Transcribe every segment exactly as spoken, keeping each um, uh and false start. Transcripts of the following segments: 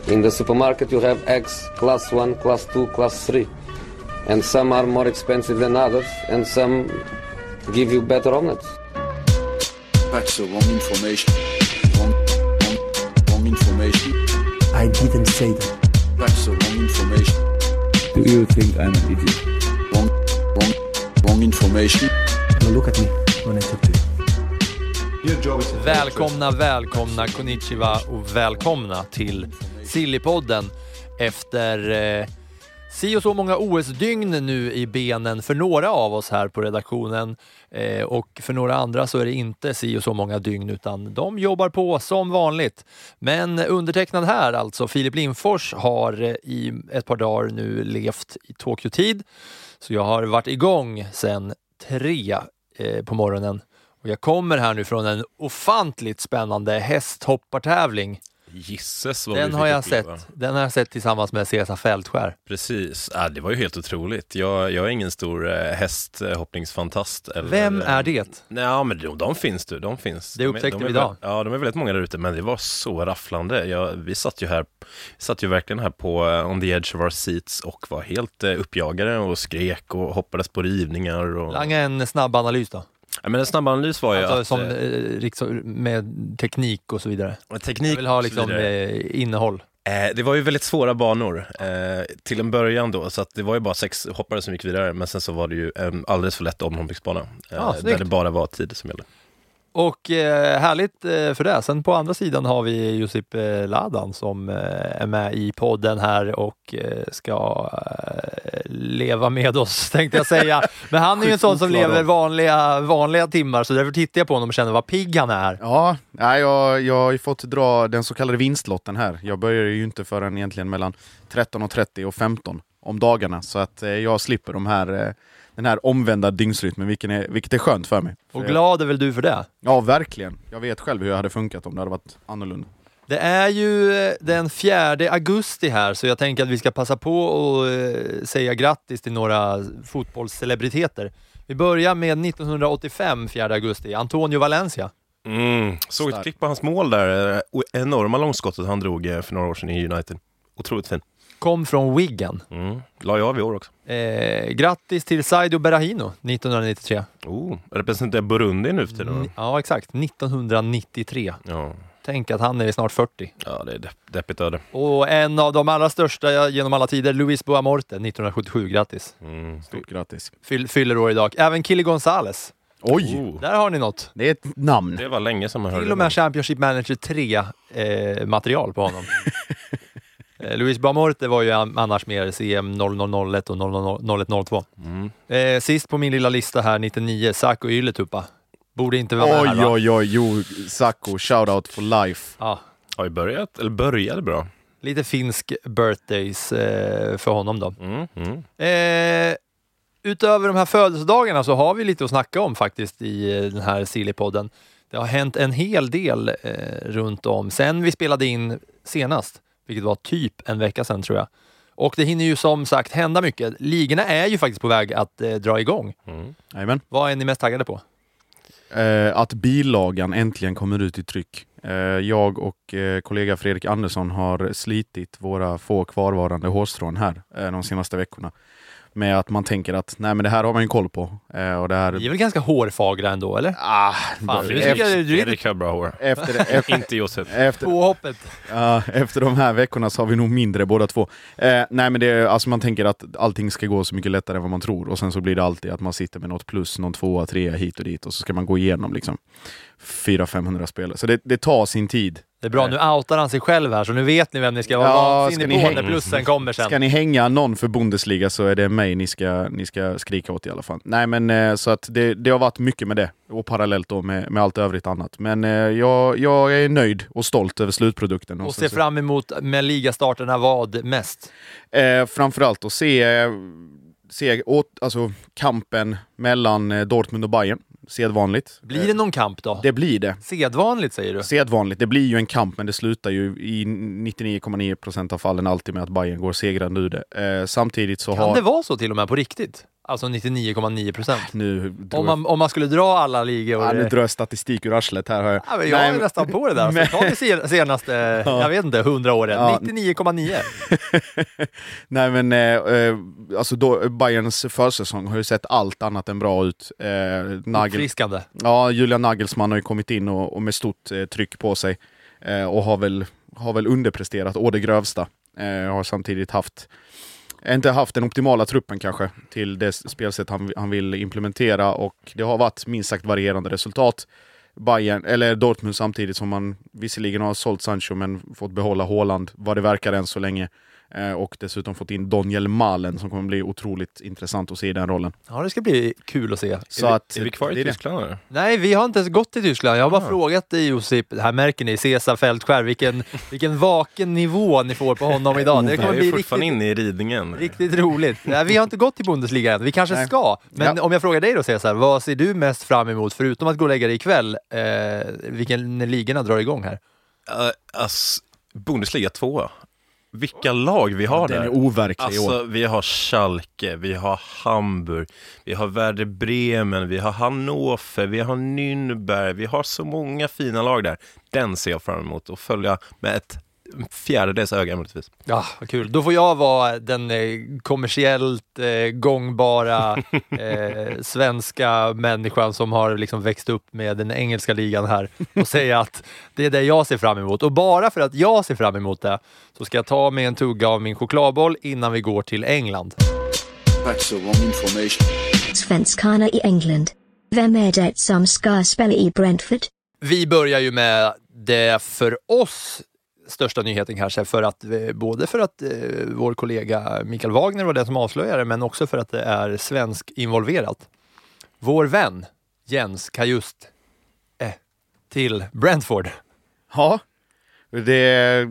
In the supermarket you have eggs class one, class two, class three. And some are more expensive than others, and some give you better omelets. That's the wrong information. Wrong, wrong, wrong information. I didn't say that. That's the wrong information. Do you think I'm an idiot? Wrong, wrong, wrong information. Now look at me when I talk to you. Välkomna, välkomna, konnichiwa och välkomna till Sillypodden efter eh, si och så många O S-dygn nu i benen för några av oss här på redaktionen eh, och för några andra så är det inte si och så många dygn utan de jobbar på som vanligt. Men undertecknad här, alltså Filip Lindfors, har eh, i ett par dagar nu levt i Tokyo-tid, så jag har varit igång sedan tre eh, på morgonen. Och jag kommer här nu från en ofantligt spännande hästhoppartävling. Gisses vad Den vi har jag uppleva. sett. Den har jag sett tillsammans med Cesar Fältskär. Precis, ah, det var ju helt otroligt. Jag, jag är ingen stor eh, hästhoppningsfantast. Eller, Vem är det? Nej, men de, de finns du, de finns. Det upptäckte de är, vi de är, idag. Ja, de är väldigt många där ute, men det var så rafflande. Jag, vi satt ju här, satt ju verkligen här på uh, on the edge of our seats och var helt uh, uppjagade och skrek och hoppades på rivningar. Och... Langa en snabb analys då. Ja, men en snabb analys var ju alltså, att... som, eh, liksom, med teknik och så vidare. Teknik jag vill ha liksom, eh, innehåll. Eh, det var ju väldigt svåra banor eh, till en början då, så att det var ju bara sex hoppare som gick vidare, men sen så var det ju en alldeles för lätt omhoppningsbana eh, ah, där det bara var tid som gällde. Och eh, härligt eh, för det. Sen på andra sidan har vi Josip eh, Ladan som eh, är med i podden här och eh, ska eh, leva med oss, tänkte jag säga. Men han är ju en sån som lever vanliga, vanliga timmar, så därför tittar jag på honom och känner vad pigg han är. Ja, nej, jag, jag har ju fått dra den så kallade vinstlotten här. Jag börjar ju inte förrän egentligen mellan tretton och trettio och femton om dagarna, så att eh, jag slipper de här... Eh, den här omvända dygnsrytmen, vilket är, vilket är skönt för mig. Och glad är väl du för det? Ja, verkligen. Jag vet själv hur jag hade funkat om det hade varit annorlunda. Det är ju den fjärde augusti här, så jag tänker att vi ska passa på och säga grattis till några fotbollscelebriteter. Vi börjar med nittonhundraåttiofem, fjärde augusti, Antonio Valencia. Mm, såg ett klipp på hans mål där, enorma långskottet han drog för några år sedan i United. Otroligt fin. Kom från Wigan. Mm. La jag av i år också. Eh, grattis till Saido Berahino, nittonhundranittiotre. Oh, representerar Burundi nu för tiden. Ja, exakt. nittonhundranittiotre. Ja. Tänk att han är snart fyrtio. Ja, det är depp, deppigt öde. Och en av de allra största genom alla tider, Luis Boamorte, nittonhundrasjuttiosju. Grattis. Mm. Stort grattis. Fyll, fyller år idag. Även Kili Gonzales. Oj! Oh. Där har ni något. Det är ett namn. Det var länge som man hörde Till och med Championship Manager tre eh, material på honom. Luis Boamorte var ju annars mer C M noll noll noll ett och noll ett noll två. Mm. Eh, sist på min lilla lista här, nittionio, Saku Ylätupa. Borde inte vara med oj, här, va? oj, oj, jo, Saku, shoutout for life. Ja. Har ju börjat, eller började bra. Lite finsk birthdays eh, för honom då. Mm. Mm. Eh, utöver de här födelsedagarna så har vi lite att snacka om faktiskt i den här Sillypodden. Det har hänt en hel del eh, runt om sen vi spelade in senast. Vilket var typ en vecka sedan tror jag. Och det hinner ju som sagt hända mycket. Ligorna är ju faktiskt på väg att eh, dra igång. Mm. Amen. Vad är ni mest taggade på? Eh, att bilagan äntligen kommer ut i tryck. Eh, jag och eh, kollega Fredrik Andersson har slitit våra få kvarvarande hårstrån här eh, de senaste veckorna. Med att man tänker att nej, men det här har man ju koll på. Eh, och det här... Vi är väl ganska hårfagra ändå, eller? Ah, Fan, du efter, tycker jag- du är Erik har bra hår. efter, efter, Inte Josef. efter, Påhoppet. Ja, efter de här veckorna så har vi nog mindre båda två. Eh, nej men det är, alltså man tänker att allting ska gå så mycket lättare än vad man tror. Och sen så blir det alltid att man sitter med något plus, någon tvåa, trea hit och dit. Och så ska man gå igenom liksom fyra femhundra spelare. Så det, det tar sin tid. Det är bra, nu outar han sig själv här, så nu vet ni vem ni ska vara Ja, vansinnig ska ni på hänga- när plussen kommer sen. Ska ni hänga någon för Bundesliga så är det mig ni ska, ni ska skrika åt i alla fall. Nej men eh, så att det, det har varit mycket med det. Och parallellt då med, med allt övrigt annat. Men eh, jag, jag är nöjd och stolt över slutprodukten. Och sen se så- fram emot med ligastarterna vad mest? Eh, framförallt att se, eh, se åt, alltså, kampen mellan eh, Dortmund och Bayern. Sedvanligt. Blir det någon kamp då? Det blir det. Sedvanligt säger du? Sedvanligt. Det blir ju en kamp, men det slutar ju i nittionio komma nio procent av fallen alltid med att Bayern går segrande ur det. Eh, samtidigt så Kan har... det vara så till och med på riktigt? Alltså nittionio komma nio procent. Nu drog Om man, om man skulle dra alla ligor. ja, nu drar jag statistik ur arslet här. Har jag Ja, men jag Nej, är men- nästan på det där. men- Så ta det sen- senaste, jag vet inte, hundra åren. Ja. nittionio komma nio. Nej men eh, eh, alltså då, Bayerns försäsong har ju sett allt annat än bra ut. Eh, Nagel, Uppfriskande. ja, Julian Nagelsmann har ju kommit in och, och med stort eh, tryck på sig eh, och har väl, har väl underpresterat å det grövsta. Eh, har samtidigt haft inte haft den optimala truppen kanske till det spelsätt han, han vill implementera, och det har varit minst sagt varierande resultat. Bayern, eller Dortmund samtidigt som man visserligen har sålt Sancho men fått behålla Haaland vad det verkar än så länge. Eh, och dessutom fått in Daniel Malen som kommer bli otroligt intressant att se i den rollen. Ja, det ska bli kul att se. Så är, vi, att, är vi kvar det i är det. Tyskland eller? Nej, vi har inte ens gått till Tyskland. Jag har bara Ah. frågat dig, Josip. Här märker ni, Cesar Fältskär, vilken, vilken vaken nivå ni får på honom idag. Det Jag kommer är bli fortfarande riktigt, inne i ridningen. riktigt roligt. Nej, vi har inte gått till Bundesliga än. Vi kanske Nej. ska. Men Ja. om jag frågar dig då, Cesar, vad ser du mest fram emot, förutom att gå och lägga dig ikväll, eh, vilken ligorna drar igång här? Uh, ass, Bundesliga två. Vilka lag vi har Den där. är overklig i år. Alltså, vi har Schalke, vi har Hamburg, vi har Werder Bremen, vi har Hannover, vi har Nürnberg, vi har så många fina lag där. Den ser jag fram emot och följa med ett fjärdedels öga möjligtvis. Ja, vad kul. Då får jag vara den eh, kommersiellt eh, gångbara eh, svenska människan som har liksom växt upp med den engelska ligan här och säga att det är det jag ser fram emot. Och bara för att jag ser fram emot det så ska jag ta med en tugga av min chokladboll innan vi går till England. Facts or wrong information. Svenskarna i England. Vem är det som ska spela i Brentford? Vi börjar ju med det för oss största nyheten kanske, för att eh, både för att eh, vår kollega Mikael Wagner var den som avslöjade, men också för att det är svensk involverat. Vår vän Jens Kajust eh, till Brentford. Ja, det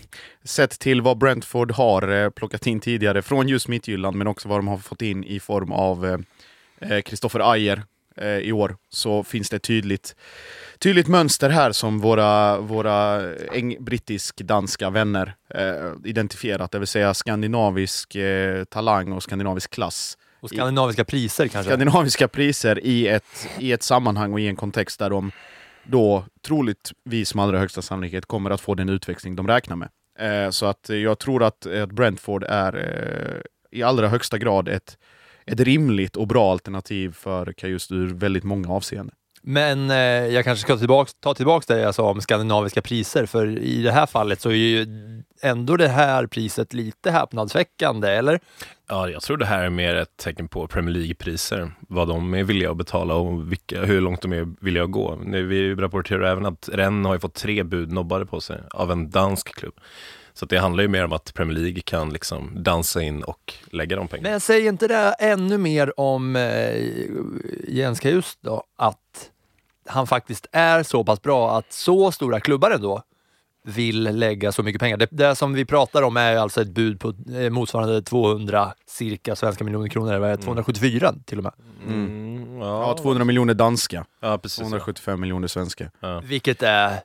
sett till vad Brentford har eh, plockat in tidigare från just Midtjylland, men också vad de har fått in i form av Kristoffer eh, Ajer eh, i år, så finns det tydligt tydligt mönster här som våra, våra eng- brittisk-danska vänner eh, identifierat, det vill säga skandinavisk eh, talang och skandinavisk klass. Och skandinaviska priser kanske. Skandinaviska priser i ett, i ett sammanhang och i en kontext där de då troligtvis med allra högsta sannolikhet kommer att få den utväxling de räknar med. Eh, så att jag tror att, att Brentford är eh, i allra högsta grad ett, ett rimligt och bra alternativ för Kajust ur väldigt många avseenden. Men eh, jag kanske ska tillbaka, ta tillbaka det jag sa om skandinaviska priser, för i det här fallet så är ju ändå det här priset lite häpnadsväckande, eller? Ja, jag tror det här är mer ett tecken på Premier League-priser. Vad de är villiga att betala och vilka, hur långt de är villiga att gå. Vi rapporterar även att Rennes har ju fått tre bud nobbade på sig av en dansk klubb. Så det handlar ju mer om att Premier League kan liksom dansa in och lägga de pengarna. Men säger inte det ännu mer om eh, Jens Kajust då, att han faktiskt är så pass bra att så stora klubbar ändå vill lägga så mycket pengar. Det, det som vi pratar om är alltså ett bud på eh, motsvarande tvåhundra cirka svenska miljoner kronor, eller mm. tvåhundrasjuttiofyra till och med. Mm, ja, Ja, tvåhundra miljoner danska, ja, precis. tvåhundrasjuttiofem miljoner svenska. Ja. Vilket är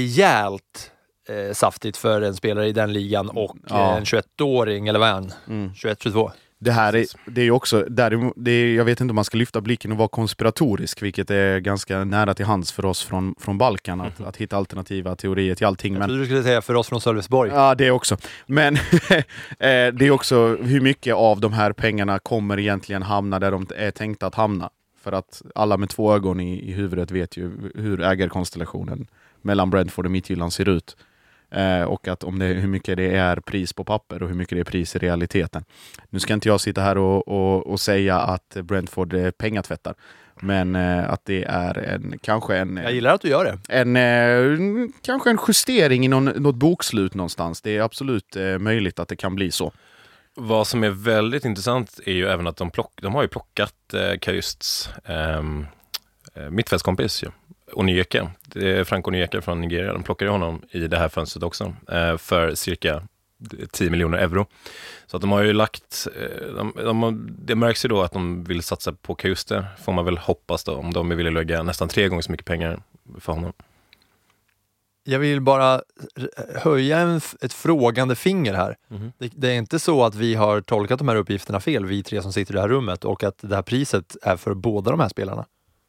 rejält eh, saftigt för en spelare i den ligan och Ja. eh, en tjugoett-åring, eller vad är han? Mm. tjugoett tjugotvå. Det här är, det är ju också, där, det är, jag vet inte om man ska lyfta blicken och vara konspiratorisk, vilket är ganska nära till hands för oss från, från Balkan, att, att hitta alternativa teorier till allting. Jag Men, trodde du skulle säga för oss från Sölvesborg. ja, det också. Men eh, det är också hur mycket av de här pengarna kommer egentligen hamna där de är tänkta att hamna. För att alla med två ögon i, i huvudet vet ju hur ägarkonstellationen mellan Brentford och Midtjylland ser ut. Eh, och att om det, hur mycket det är pris på papper och hur mycket det är pris i realiteten. Nu ska inte jag sitta här och, och, och säga att Brentford är pengatvättar, men eh, att det är en, kanske en, Jag gillar att du gör det. en, eh, kanske en justering i någon, något bokslut någonstans. Det är absolut eh, möjligt att det kan bli så. Vad som är väldigt intressant är ju även att de, plock, de har ju plockat eh, Kajusts eh, mittfältskompis ju. Onyeka, det är Frank Onyeka från Nigeria. De plockade honom i det här fönstret också eh, för cirka tio miljoner euro. Så att de har ju lagt, eh, de, de, det märks ju då att de vill satsa på Kajuste, får man väl hoppas då, om de vill lägga nästan tre gånger så mycket pengar för honom. Jag vill bara höja en, ett frågande finger här. Mm. Det, det är inte så att vi har tolkat de här uppgifterna fel, vi tre som sitter i det här rummet, och att det här priset är för båda de här spelarna.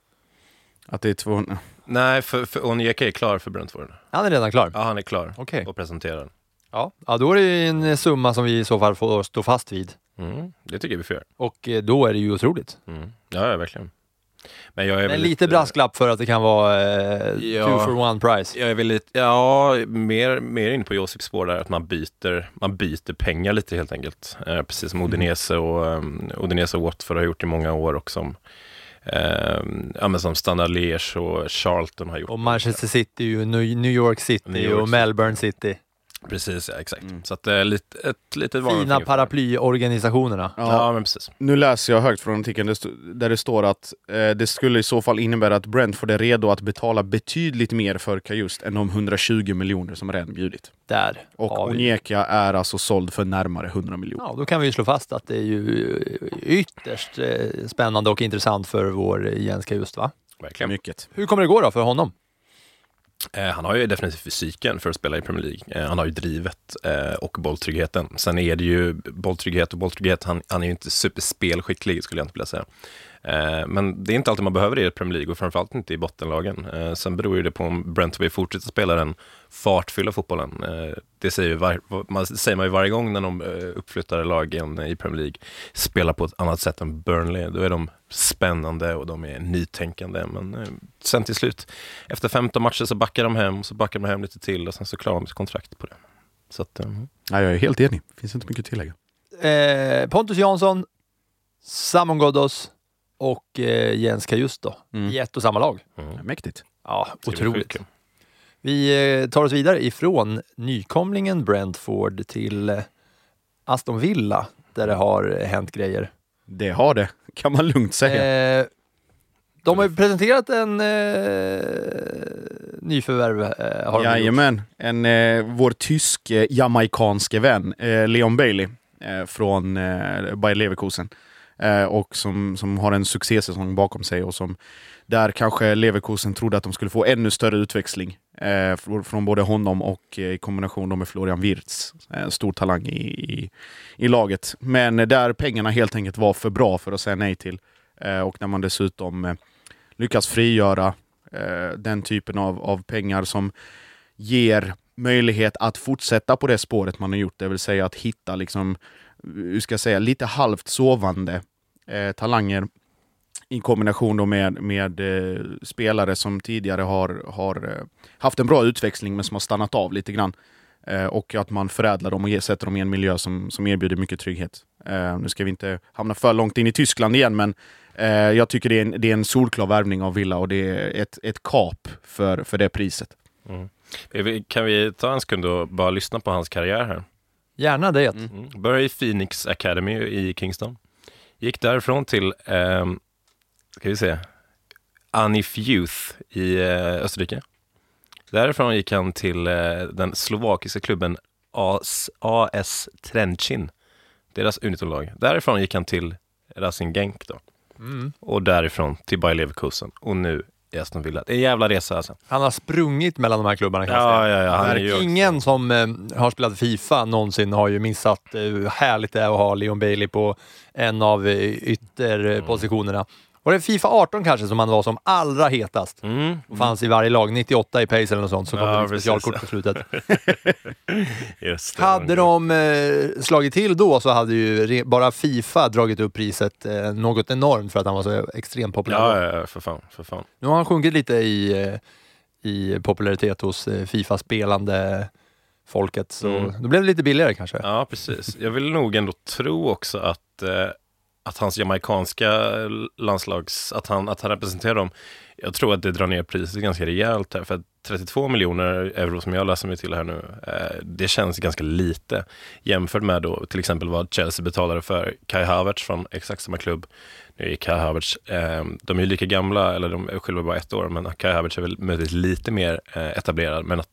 Att det är två... Nej, för, för Onyeka är klar för Brentford. Han är redan klar. Ja, han är klar Okej. och presenterad. Ja. ja, då är det en summa som vi i så fall får stå fast vid. Mm, det tycker jag vi får göra. Och eh, då är det ju otroligt. Mm. Ja, ja, verkligen. Men jag är Men väl lite brasklapp för att det kan vara eh, Ja. two for one price. Jag är väl lite, ja, mer, mer in på Josefs spår där, att man byter, man byter pengar lite helt enkelt. Eh, precis som Udinese och, um, Udinese och Watford har gjort i många år, och som, eh, ja, men som Standard Liège och Charlton har gjort. Och Manchester City, ju New York City New York och Melbourne City. Precis, ja, exakt. Mm. Så att det är lite, ett litet Fina paraplyorganisationerna. Ja, ja, men precis. Nu läser jag högt från artikeln där det står att eh, det skulle i så fall innebära att Brentford är redo att betala betydligt mer för Kajust än de hundratjugo miljoner som redan bjudit. Där Och har vi. Onyeka är alltså såld för närmare hundra miljoner. Ja, då kan vi ju slå fast att det är ju ytterst eh, spännande och intressant för vår Jens Kajust, va? Verkligen. Mycket. Hur kommer det gå då för honom? Eh, han har ju definitivt fysiken för att spela i Premier League. Eh, han har ju drivet eh, och bolltryggheten. Sen är det ju bolltrygghet och bolltrygghet. Han, han är ju inte superspelskicklig, skulle jag inte vilja säga. Eh, men det är inte alltid man behöver det i Premier League, och framförallt inte i bottenlagen. Eh, sen beror ju det på om Brentford fortsätter spela den fartfylla fotbollen. Eh, det säger, var, man, säger man ju varje gång när de uh, uppflyttade lagen i Premier League spelar på ett annat sätt än Burnley. Då är de spännande och de är nytänkande. Men eh, sen till slut, efter femton matcher så backar de hem, så backar de hem lite till, och sen så klarar de ett kontrakt på det. Så att, uh, Ja, jag är helt enig. Finns inte mycket att tillägga. Eh, Pontus Jansson, Samon Ghoddos och eh, Jens Kajust då. Mm. I ett och samma lag. mm. Mäktigt. Ja, Det blir otroligt. sjukt. Vi eh, tar oss vidare ifrån nykomlingen Brentford till eh, Aston Villa, där det har eh, hänt grejer. Det har det, kan man lugnt säga. Eh, de har ju presenterat en eh, nyförvärv. Eh, har de gjort. Jajamän, en, eh, vår tysk eh, jamaikanske vän, eh, Leon Bailey eh, från eh, Bayer Leverkusen. Eh, och som, som har en succésäsong bakom sig, och som där kanske Leverkusen trodde att de skulle få ännu större utväxling eh, från, från både honom och eh, i kombination då med Florian Wirtz, eh, stor talang i, i, i laget. Men eh, där pengarna helt enkelt var för bra för att säga nej till, eh, och när man dessutom eh, lyckas frigöra eh, den typen av, av pengar som ger möjlighet att fortsätta på det spåret man har gjort, det vill säga att hitta liksom, hur ska jag säga, lite halvt sovande eh, talanger i kombination då med, med eh, spelare som tidigare har, har eh, haft en bra utväxling men som har stannat av lite grann. Eh, och att man förädlar dem och ger, sätter dem i en miljö som, som erbjuder mycket trygghet. Eh, nu ska vi inte hamna för långt in i Tyskland igen, men eh, jag tycker det är, en, det är en solklar värvning av Villa, och det är ett, ett kap för, för det priset. Mm. Kan vi ta en sekund och bara lyssna på hans karriär här? Gärna det. Mm. Började i Phoenix Academy i Kingston. Gick därifrån till eh, ska vi se Anif Youth i eh, Österrike. Därifrån gick han till eh, den slovakiska klubben A S Trencin, deras unitolag. Därifrån gick han till Racing Genk då. Mm. Och därifrån till Bayer Leverkusen. Och nu i Aston Villa. Det är en jävla resa alltså. Han har sprungit mellan de här klubbarna, kan jag Ja, säga. ja, ja. Han är ju Ingen som eh, har spelat FIFA någonsin har ju missat eh, hur härligt det är att ha Leon Bailey på en av eh, ytterpositionerna. Var det FIFA arton kanske som han var som allra hetast? Mm. Och fanns i varje lag, nittioåtta i pace eller något sånt, så kom Ja, det ett precis. specialkort på slutet. Just det. Hade de eh, slagit till då, så hade ju re- bara FIFA dragit upp priset eh, något enormt för att han var så extremt populär. Ja, ja, ja, för fan, för fan. Nu har han sjunkit lite i, eh, i popularitet hos eh, FIFA-spelande folket, så Mm. då blev det lite billigare kanske. Ja, precis. Jag vill nog ändå tro också att, eh, att hans jamaikanska landslags, att han, att han representerar dem, jag tror att det drar ner priset ganska rejält här, för att trettiotvå miljoner euro som jag läser mig till här nu, eh, det känns ganska lite jämfört med då till exempel vad Chelsea betalade för Kai Havertz från exakt samma klubb. Nu är Kai Havertz, eh, de är ju lika gamla, eller de är själva bara ett år, men Kai Havertz är väl möjligt lite mer eh, etablerad, men att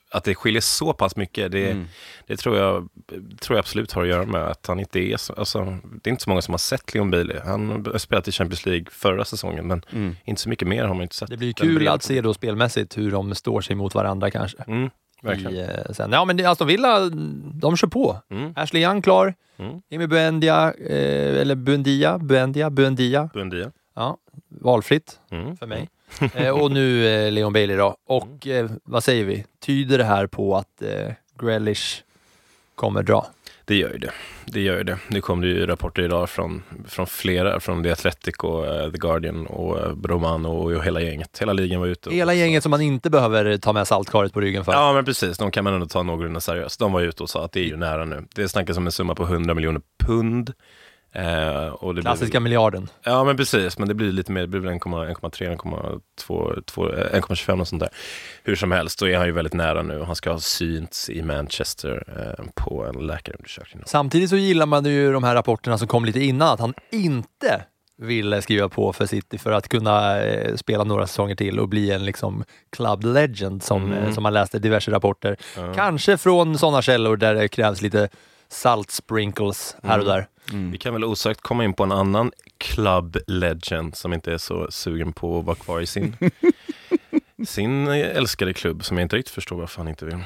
att det skiljer så pass mycket, det, mm. det tror, jag, tror jag absolut har att göra med att han inte är så, alltså, det är inte så många som har sett Leon Bailey. Han har spelat i Champions League förra säsongen, men mm. inte så mycket mer har man inte sett. Det blir kul att se då spelmässigt hur de står sig mot varandra kanske. Mm. Verkligen. I, eh, sen. Ja, men det, Aston Villa, de kör på. Mm. Ashley Young klar. Mm. Emi Buendia, eh, eller Buendia, Buendia, Buendia. Buendia. Ja, valfritt mm. för mig. eh, och nu eh, Leon Bailey då. Och eh, vad säger vi? Tyder det här på att eh, Grealish kommer dra? Det gör ju det. Det gör ju det. Nu kom det ju rapporter idag från, från flera, från The Athletic och uh, The Guardian och uh, Romano och, och hela gänget. Hela ligan var ute. Hela gänget som man inte behöver ta med saltkaret på ryggen för. Ja, men precis. De kan man ändå ta någorlunda seriöst. De var ute och sa att det är ju nära nu. Det snackas om en summa på hundra miljoner pund. Eh, och det klassiska blir, miljarden. Ja, men precis. Men det blir lite mer. Det blir väl en komma tre, en komma två, en komma tjugofem och sånt där. Hur som helst, då är han ju väldigt nära nu. Han ska ha synts i Manchester eh, på en läkarundersökning. Samtidigt så gillar man ju de här rapporterna som kom lite innan, att han inte ville skriva på för City för att kunna eh, spela några säsonger till och bli en liksom club legend som, mm. eh, som man läste diverse rapporter. Mm. Kanske från sådana källor där det krävs lite salt sprinkles här och där. Mm. Vi kan väl osökt komma in på en annan club legend som inte är så sugen på att vara kvar i sin sin älskade klubb som jag inte riktigt förstår varför han inte vill.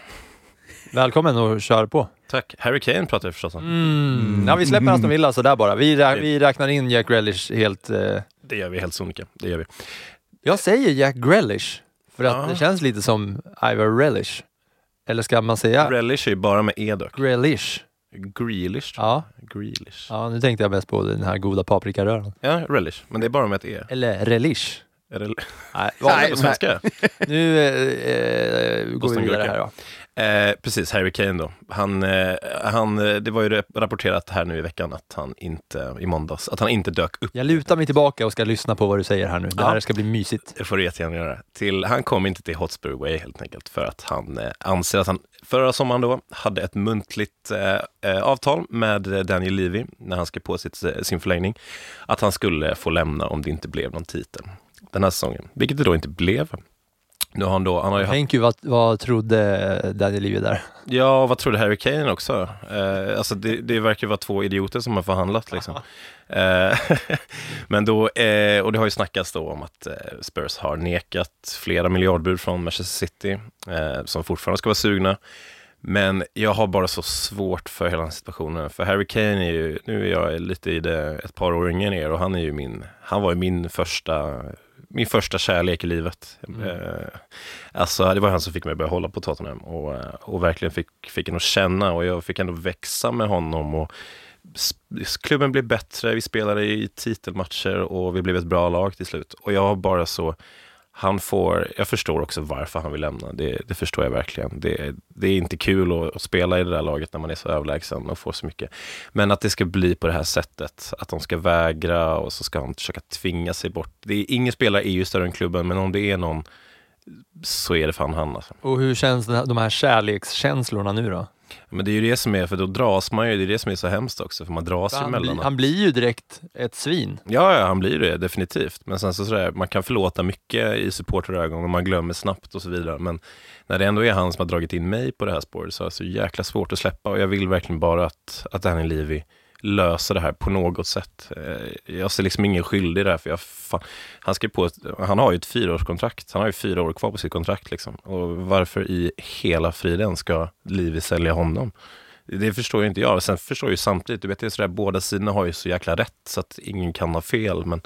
Välkommen och kör på. Tack. Harry Kane pratar jag förstås om. Mm. Ja, vi släpper Aston Villa så där bara. Vi, rä- vi räknar in Jack Grealish helt... Eh... Det gör vi helt sonika. Det gör vi. Jag säger Jack Grealish för att ja. det känns lite som Ivar Relish. Eller ska man säga... Relish är ju bara med e dock. Grealish. Grealish. Ja. Grealish. Ja, nu tänkte jag mest på den här goda paprikaröran. Ja, relish. Men det är bara med ett e. Eller relish. Rel- nej, nej, på svenska. Nu eh, går vi vidare här då. Eh, precis, Harry Kane då. Han, eh, han, det var ju rapporterat här nu i veckan att han inte, i måndags, att han inte dök upp. Jag lutar mig tillbaka och ska lyssna på vad du säger här nu. Det här ja. ska bli mysigt. Det får du jättegärna göra. Till, han kom inte till Hotspur Way helt enkelt för att han eh, anser att han förra sommaren då hade ett muntligt eh, avtal med Daniel Levy när han skrev på sitt, sin förlängning. Att han skulle få lämna om det inte blev någon titel den här säsongen. Vilket det då inte blev. Nu har han då, han har ju Tänk ju, vad, vad trodde Daniel Levy där? Ja, vad trodde Harry Kane också? Eh, alltså det, det verkar vara två idioter som har förhandlat liksom. eh, men då, eh, och det har ju snackats då om att eh, Spurs har nekat flera miljardbud från Manchester City eh, som fortfarande ska vara sugna. Men jag har bara så svårt för hela den situationen. För Harry Kane är ju, nu är jag lite i det ett par år yngre ner och han är ju min, han var ju min första min första kärlek i livet. Mm. Eh, alltså det var han som fick mig att börja hålla på Tottenham och, och verkligen fick, fick en att känna och jag fick ändå växa med honom och klubben blev bättre, vi spelade i titelmatcher och vi blev ett bra lag till slut. Och jag har bara så han får, jag förstår också varför han vill lämna. Det, det förstår jag verkligen. Det, det är inte kul att, att spela i det där laget när man är så överlägsen och får så mycket. Men att det ska bli på det här sättet. Att de ska vägra och så ska han försöka tvinga sig bort. Det är, ingen spelare är ju större än klubben, men om det är någon så är det fan han. Alltså. Och hur känns det, de här kärlekskänslorna nu då? Men det är ju det som är, för då dras man ju, det är det som är så hemskt också, för man dras ju han, emellan. Bli, han blir ju direkt ett svin. Ja, ja, han blir det, definitivt. Men sen så sådär, man kan förlåta mycket i supporterögon och man glömmer snabbt och så vidare. Men när det ändå är han som har dragit in mig på det här spåret så är det så jäkla svårt att släppa. Och jag vill verkligen bara att, att Daniel Levy löser det här på något sätt. Jag ser liksom ingen skyldig där, för jag fan, han skrev på ett, han har ju ett fyraårskontrakt. Han har ju fyra år kvar på sitt kontrakt liksom. Och varför i hela friden ska Levy sälja honom? Det förstår ju inte jag. Sen förstår jag ju samtidigt, du vet, det är sådär, båda sidorna har ju så jäkla rätt så att ingen kan ha fel, men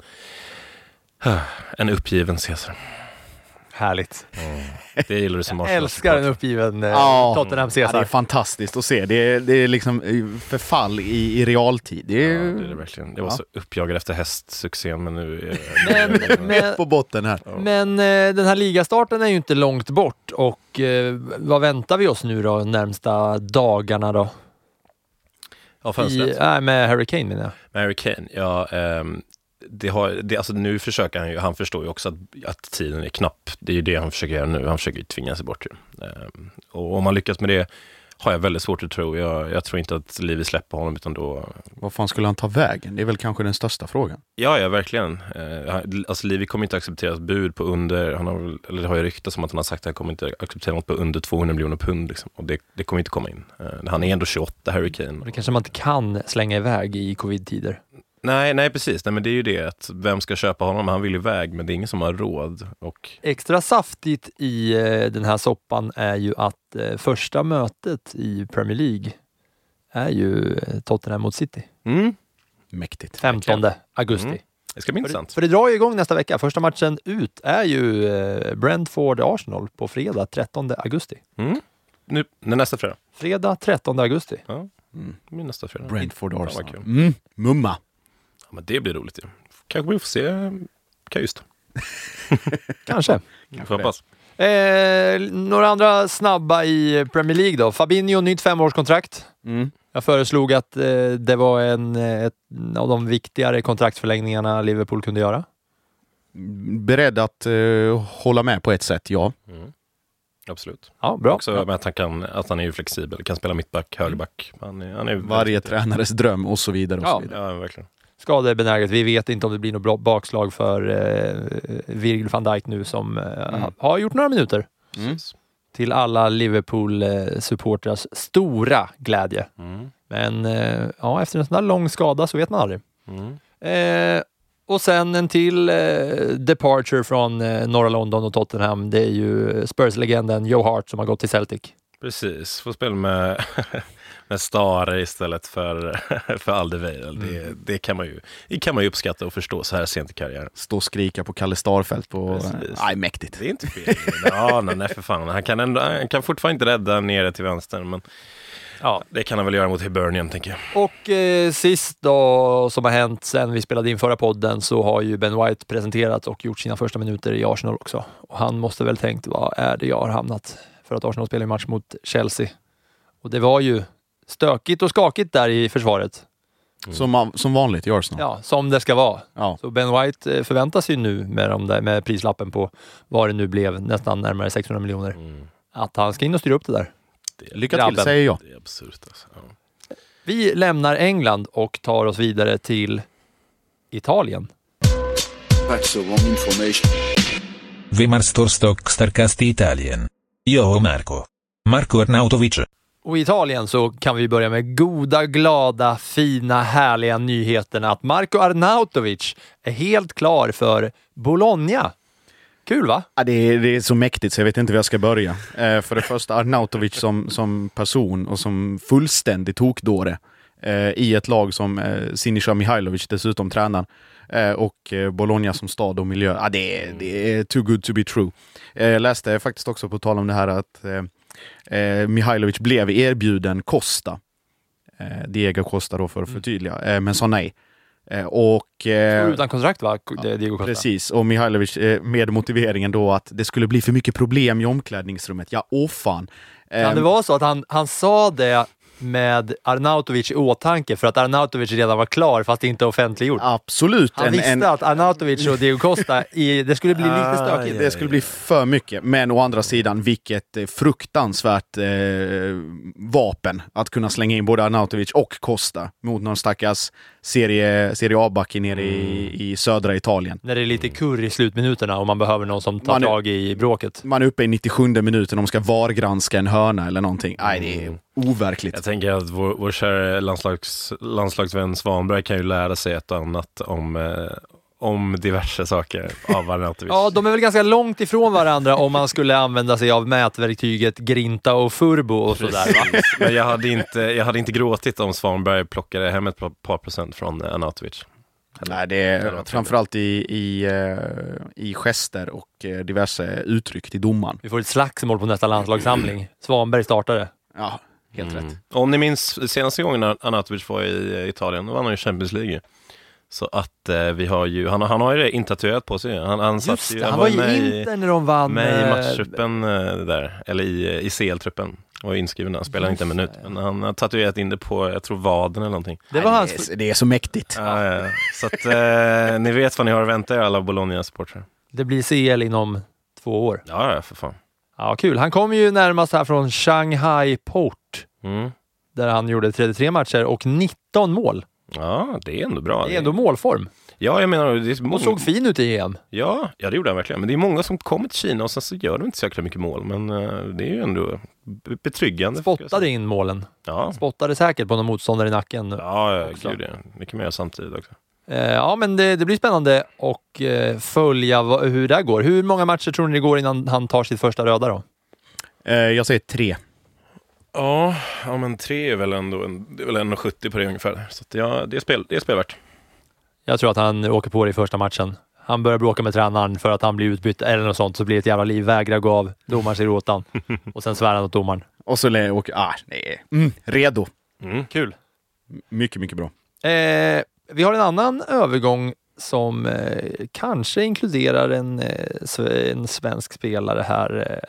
en uppgiven Caesar. Härligt. Mm. Det gillar du som jag älskar en uppgiven eh, ja, Tottenham Caesar. Ja, det är fantastiskt att se. Det är, det är liksom förfall i, i realtid. Det är, ja, det är det verkligen. Jag var ja. så uppjagad efter hästsuccén, men nu är men, men, på botten här. Ja. Men eh, den här ligastarten är ju inte långt bort och eh, vad väntar vi oss nu då närmsta dagarna då? Ja, I, äh, med Harry Kane menar jag. Med Harry Kane, ja. Um, Det har, det, alltså nu försöker han ju, han förstår ju också att, att tiden är knapp. Det är ju det han försöker göra nu. Han försöker ju tvinga sig bort. Um, och om han lyckas med det, har jag väldigt svårt att tro. Jag, jag tror inte att Livi släpper honom, utan då... Vad fan skulle han ta vägen? Det är väl kanske den största frågan. Ja, ja, verkligen. Eh, alltså Livi kommer inte acceptera ett bud på under, han har, eller det har ju ryktats om att han har sagt att han kommer inte acceptera något på under tvåhundra miljoner pund. Liksom. Och det, det kommer inte komma in. Eh, han är ändå tjugoåtta, Harry Kane. Det kanske man inte kan slänga iväg i covid-tider. Nej, nej precis. Nej, men det är ju det att vem ska köpa honom? Han vill iväg, men det är ingen som har råd. Och... Extra saftigt i eh, den här soppan är ju att eh, första mötet i Premier League är ju eh, Tottenham mot City. Mm. Mäktigt. femtonde augusti. Mm. Det ska bli intressant. För, för det drar ju igång nästa vecka. Första matchen ut är ju eh, Brentford-Arsenal på fredag trettonde augusti. Mm. Nu, nästa fredag. Fredag trettonde augusti. Ja, mm. Min nästa fredag. Brentford Ja, Arsenal. vad kul. Mm. Mumma. Ja, men det blir roligt ju. Kanske vi får se Kajust. Kanske. Jag får hoppas. Eh, några andra snabba i Premier League då. Fabinho, nytt femårskontrakt. Mm. Jag föreslog att eh, det var en, ett, en av de viktigare kontraktsförlängningarna Liverpool kunde göra. Beredd att uh, hålla med på ett sätt, ja. Mm. Absolut. Ja, bra. Också med att han, kan, att han är ju flexibel. Kan spela mittback, högerback. Han är, han är Varje tränares dröm och så vidare. Och Ja. så vidare. Ja, verkligen. Skadebenäget. Vi vet inte om det blir något bakslag för eh, Virgil van Dijk nu som eh, Mm. har gjort några minuter. Mm. Till alla Liverpool-supporters stora glädje. Mm. Men eh, ja, efter en sån där lång skada så vet man aldrig. Mm. Eh, och sen en till eh, departure från eh, norra London och Tottenham. Det är ju Spurs-legenden Joe Hart som har gått till Celtic. Precis, får spela med, med Stare istället för, för Alderweireld. Det, Mm. det, kan man ju, det kan man ju uppskatta och förstå så här sent i karriären. Stå och skrika på Kalle Starfelt på... Precis. Nej, mäktigt. Det är inte fel. Ja, nej, nej för fan. Han kan, ändå, han kan fortfarande inte rädda nere till vänster, men Ja. det kan han väl göra mot Hibernian, tänker jag. Och eh, sist då, som har hänt sen vi spelade in förra podden, så har ju Ben White presenterat och gjort sina första minuter i Arsenal också. Och han måste väl tänkt, vad är det jag har hamnat? För att Arsenal spelar en match mot Chelsea. Och det var ju stökigt och skakigt där i försvaret. Mm. Som, som vanligt i Arsenal. Ja, som det ska vara. Ja. Så Ben White förväntar sig nu med, de där, med prislappen på vad det nu blev, nästan närmare sexhundra miljoner, Mm. att han ska in och styra upp det där. Det, Lycka Grabben. till, säger jag. det är absurt alltså. Ja. Vi lämnar England och tar oss vidare till Italien. Pezzo wrong information. Vemar Stock Starcast Italien. Io Marco. Marco Arnautovic. Och i Italien så kan vi börja med goda, glada, fina, härliga nyheterna att Marco Arnautovic är helt klar för Bologna. Kul va? Ja, det, är, det är så mäktigt så jag vet inte hur jag ska börja. Eh, för det första Arnautovic som, som person och som fullständig tokdåre eh, i ett lag som eh, Sinisa Mihajlovic dessutom tränar. Eh, och eh, Bologna som stad och miljö. Ja, det, är, det är too good to be true. Eh, jag läste faktiskt också på tal om det här att eh, eh, Mihajlovic blev erbjuden Costa. Eh, Diego Costa då för att förtydliga. Eh, men sa nej. Eh, och, eh, Utan kontrakt va? Det är Diego Costa. Precis, och Mihajlovic eh, med motiveringen då att det skulle bli för mycket problem i omklädningsrummet. Ja, åh fan. Eh, Kan det vara så att han, han sa det med Arnautovic i åtanke för att Arnautovic redan var klar fast inte offentliggjort? Absolut. Han visste att Arnautovic och Diego Costa, i, det skulle bli lite stökigt. Det skulle bli för mycket. Men å andra sidan, vilket eh, fruktansvärt eh, vapen att kunna slänga in både Arnautovic och Costa mot någon stackars serie, serie A-backe nere i, i södra Italien. När det är lite kurr i slutminuterna och man behöver någon som tar Man är- tag i bråket. Man är uppe i nittiosjunde minuten och de ska vargranska en hörna eller någonting. Nej, det är overkligt. Jag tänker att vår, vår kära landslags, landslagsvän Svanberg kan ju lära sig ett och annat om, eh, om diverse saker av Arnautovic. Ja, de är väl ganska långt ifrån varandra om man skulle använda sig av mätverktyget Grinta och Furbo och sådär va? Men jag hade, inte, jag hade inte gråtit om Svanberg plockade hem ett par, par procent från eh, Arnautovic. Nej, det är framförallt i, i, eh, i gester och eh, diverse uttryck till domaren. Vi får ett slagsmål på nästa landslagssamling. Svanberg startade. Ja, helt Mm. rätt. Om ni minns senaste gången när Arnautovic var i Italien, då vann han ju Champions League. Så att eh, vi har ju, han, han har ju det intatuerat på sig. Han, han, satt Just ju, det, han var ju med i- inte när de vann. med i eh, matchtruppen eh, där, eller i, i C L-truppen. Och inskriven, han spelade inte en minut. Men han har tatuerat in det på, jag tror vaden eller någonting. Det var Nej, hans... det, är, det är så mäktigt. Ja, ja. Så att eh, ni vet vad ni har att vänta er, alla Bologna-supportrar. Det blir C L inom två år. Ja, ja, för fan. Ja, kul. Han kommer ju närmast här från Shanghai Port Mm. Där han gjorde trettiotre matcher och nitton mål. Ja, det är ändå bra. Det är ändå målform. Ja, jag menar... Det är många... Och såg fin ut i E M. Ja, ja, det gjorde han verkligen. Men det är många som kommer till Kina och sen så gör de inte så jäkla mycket mål. Men uh, det är ju ändå betryggande. Spottade in målen. Ja. Spottade säkert på någon motståndare i nacken. Ja, ja gud det. Det kan man göra samtidigt också. Uh, ja, men det, det blir spännande att uh, följa v- hur det går. Hur många matcher tror ni det går innan han tar sitt första röda då? Eh, jag säger tre. Ja, ja, men tre är väl ändå en, det är väl en komma sjuttio på det ungefär. Så att ja, det är, spel, det är spelvärt. Jag tror att han åker på det i första matchen. Han börjar bråka med tränaren för att han blir utbytt eller något sånt, så blir det ett jävla liv. Vägrar gå av, domaren ser åt han. Och sen svär han åt domaren. Och så lär jag åka... Ah, nej. Mm, redo. Mm. Kul. Mycket, mycket bra. Eh, vi har en annan övergång som eh, kanske inkluderar en, eh, en svensk spelare här. Eh,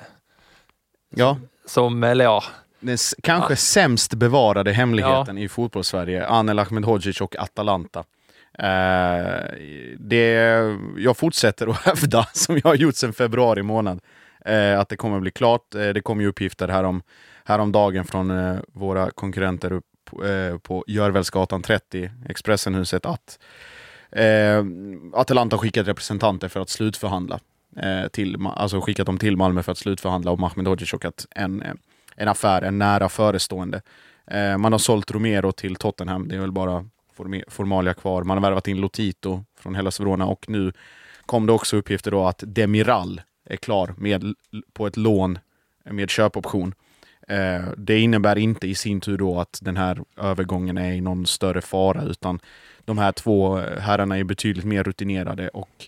Ja. Som, eller ja. Den s- kanske Ja. sämst bevarade hemligheten Ja. i fotboll-Sverige. Anel Ahmedhodzic och Atalanta. Eh, det, jag fortsätter att hävda, som jag har gjort sedan februari månad, eh, att det kommer att bli klart. Eh, det kommer ju uppgifter härom, häromdagen från eh, våra konkurrenter upp, eh, på Görvälsgatan trettio, Expressenhuset, att eh, Atalanta skickat representanter för att slutförhandla. Eh, till, alltså skickat dem till Malmö för att slutförhandla om Ahmedhodzic och att en, en affär är nära förestående. Eh, man har sålt Romero till Tottenham, det är väl bara formalia kvar. Man har värvat in Lotito från Hellas Verona och nu kom det också uppgifter då att Demiral är klar med, på ett lån med köpoption. Eh, det innebär inte i sin tur då att den här övergången är i någon större fara, utan de här två herrarna är betydligt mer rutinerade och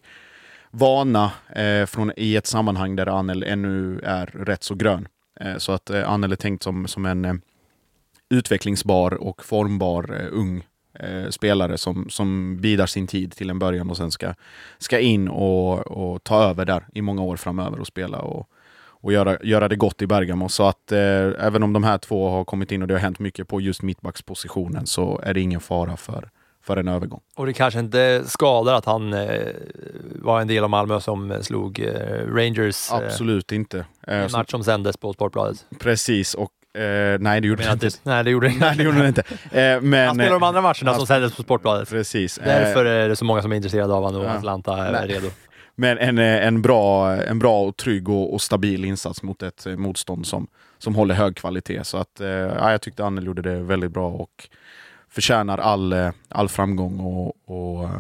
vana eh, från, i ett sammanhang där Anel ännu är rätt så grön. Eh, så att eh, Anel är tänkt som, som en eh, utvecklingsbar och formbar eh, ung eh, spelare som, som bidar sin tid till en början och sen ska, ska in och, och ta över där i många år framöver och spela och, och göra, göra det gott i Bergamo. Så att eh, även om de här två har kommit in och det har hänt mycket på just mittbackspositionen, så är det ingen fara för för en övergång. Och det kanske inte skadar att han eh, var en del av Malmö som slog eh, Rangers. Eh, Absolut inte. En Eh, match som sändes på Sportbladet. Precis, och eh, nej det gjorde det inte. Det, nej, det gjorde det Nej, det gjorde det inte. Eh, men, han spelar de andra matcherna eh, som sändes på Sportbladet. Precis. Därför är det så många som är intresserade av honom och Ja. Atlanta är Nej. redo. Men en, en, bra, en bra och trygg och, och stabil insats mot ett eh, motstånd som, som håller hög kvalitet. Så att, eh, ja, jag tyckte Anel gjorde det väldigt bra och förtjänar all, eh, all framgång och, och eh,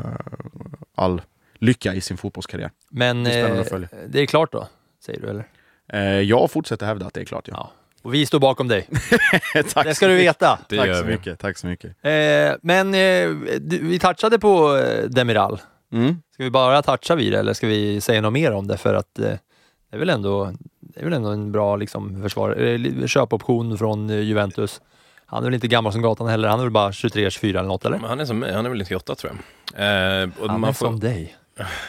all lycka i sin fotbollskarriär. Men Det är spännande eh, att följa. det är klart då, säger du eller? Eh, jag fortsätter hävda att det är klart. Ja. Ja. Och vi står bakom dig. Tack Det så ska du mycket. veta. Det Tack gör så vi. mycket. Tack så mycket. Eh, men eh, du, vi touchade på eh, Demiral. Mm. Ska vi bara toucha vid det eller ska vi säga något mer om det? För att eh, det är väl ändå, det är väl ändå en bra liksom, försvar, eh, köpoption från eh, Juventus. Han är väl inte gammal som gatan heller. Han är väl bara tjugotre tjugofyra eller något, eller? Men han är som mig, han är väl nittioåtta tror jag. Eh, och Han man är får, som dig.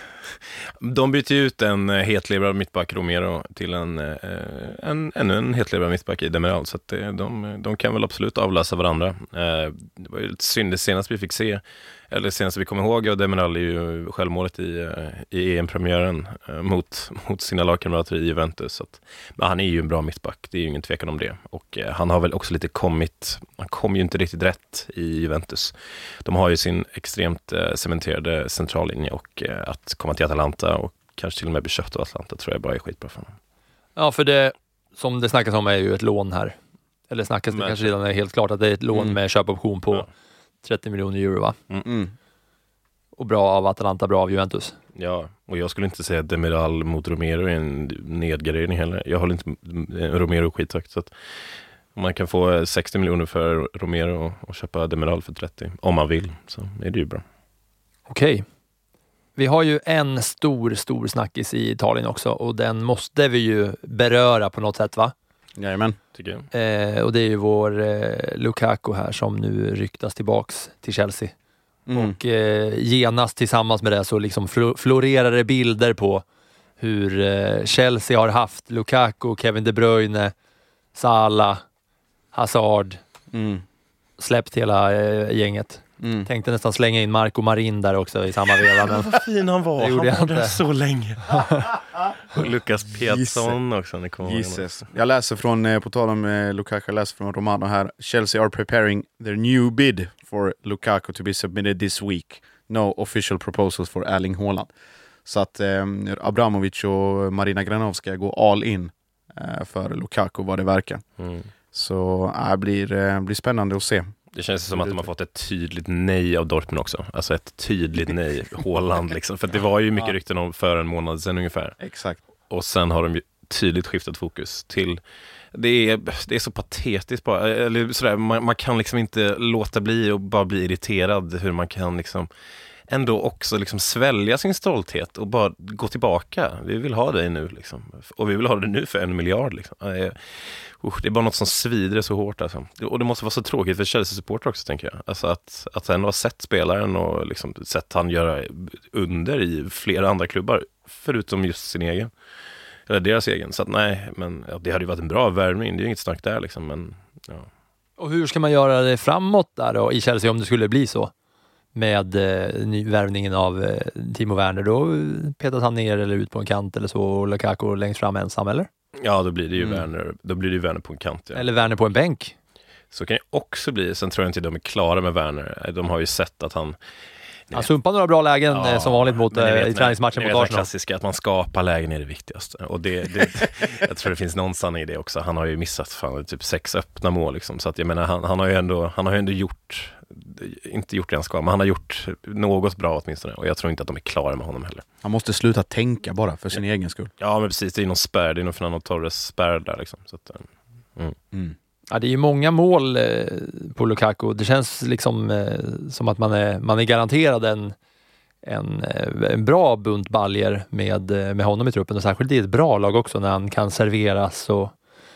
de byter ju ut en eh, hetlevrad mittback Romero till en, eh, en ännu en hetlevrad mittback i Demiral. Så att det, de, de kan väl absolut avlösa varandra. Eh, det var ju lite synd det senaste vi fick se, eller senast vi kommer ihåg, och Demiral är ju självmålet i, eh, i E M-premiären eh, mot, mot sina lagkamrater i Juventus. Så att, men han är ju en bra mittback, det är ju ingen tvekan om det. Och eh, han har väl också lite kommit, han kom ju inte riktigt rätt i Juventus. De har ju sin extremt eh, cementerade centrallinje och eh, att komma till Atalanta och kanske till och med bli köpt av Atalanta tror jag bara är skitbra för honom. Ja, för det som det snackas om är ju ett lån här. Eller snackas det Men- kanske redan är helt klart att det är ett lån Mm. med köpoption på Ja. trettio miljoner euro, va? Mm. Och bra av Atalanta, bra av Juventus. Ja, och jag skulle inte säga att Demiral mot Romero är en nedgradering heller. Jag håller inte Romero skithögt, så att om man kan få sextio miljoner för Romero och köpa Demiral för trettio, om man vill, så är det ju bra. Okej. Vi har ju en stor, stor snackis i Italien också och den måste vi ju beröra på något sätt, va? Jajamän. Tycker jag. Eh, och det är ju vår eh, Lukaku här som nu ryktas tillbaks till Chelsea. Mm. Och eh, genast tillsammans med det så liksom flo- florerar det bilder på hur eh, Chelsea har haft Lukaku, Kevin De Bruyne, Salah, Hazard, Mm. släppt hela eh, gänget. Mm. Tänkte nästan slänga in Marco Marin där också i samma veva. Men vad fin han var. Han var där så länge. Och Lukas Pietson också. Jesus. Jag läser från, på tal om Lukaku, jag läser från Romano här. Chelsea are preparing their new bid for Lukaku to be submitted this week. No official proposals for Erling Haaland. Så att eh, Abramovic och Marina Granovska går all in eh, för Lukaku vad det verkar. Mm. Så det äh, blir, eh, blir spännande att se. Det känns som att de har fått ett tydligt nej av Dortmund också. Alltså ett tydligt nej. Haaland liksom. För det var ju mycket rykten om för en månad sedan ungefär. Exakt. Och sen har de ju tydligt skiftat fokus till... Det är, det är så patetiskt bara. Eller sådär, man, man kan liksom inte låta bli och bara bli irriterad hur man kan liksom... ändå också liksom svälja sin stolthet och bara gå tillbaka. Vi vill ha dig nu liksom. Och vi vill ha det nu för en miljard liksom. Det är bara något som svider så hårt alltså. Och det måste vara så tråkigt för Chelsea-supporter också, tänker jag. Alltså att, att ändå ha sett spelaren och liksom sett han göra under i flera andra klubbar förutom just sin egen. Eller deras egen. Så att nej, men ja, det hade ju varit en bra värvning. Det är ju inget snack där liksom, men ja. Och hur ska man göra det framåt där då i Chelsea om det skulle bli så? Med eh, nyvärvningen av eh, Timo Werner, då petas han ner eller ut på en kant eller så, och Lukaku längst fram ensam, eller? Ja, då blir det ju mm. Werner, då blir det ju Werner på en kant. Ja. Eller Werner på en bänk. Så kan det också bli, sen tror jag inte de är klara med Werner. De har ju sett att han... Han sumpar några bra lägen ja, som vanligt mot, vet, i träningsmatchen mot Arsenal. Det klassiska, att man skapar lägen är det viktigaste. Och det, det, jag tror det finns någon sanning i det också. Han har ju missat fan, typ sex öppna mål. Liksom. Så att jag menar, han, han, har ju ändå, han har ju ändå gjort, inte gjort det han ska, men han har gjort något bra åtminstone. Och jag tror inte att de är klara med honom heller. Han måste sluta tänka bara för sin ja. egen skull. Ja, men precis. Det är någon spärr. Det är någon Fernando Torres spärr där. Liksom. Så att, mm. Mm. Ja, det är ju många mål eh, på Lukaku. Det känns liksom eh, som att man är, man är garanterad en En, en bra bunt baljer med, med honom i truppen, och särskilt i ett bra lag också när han kan serveras och,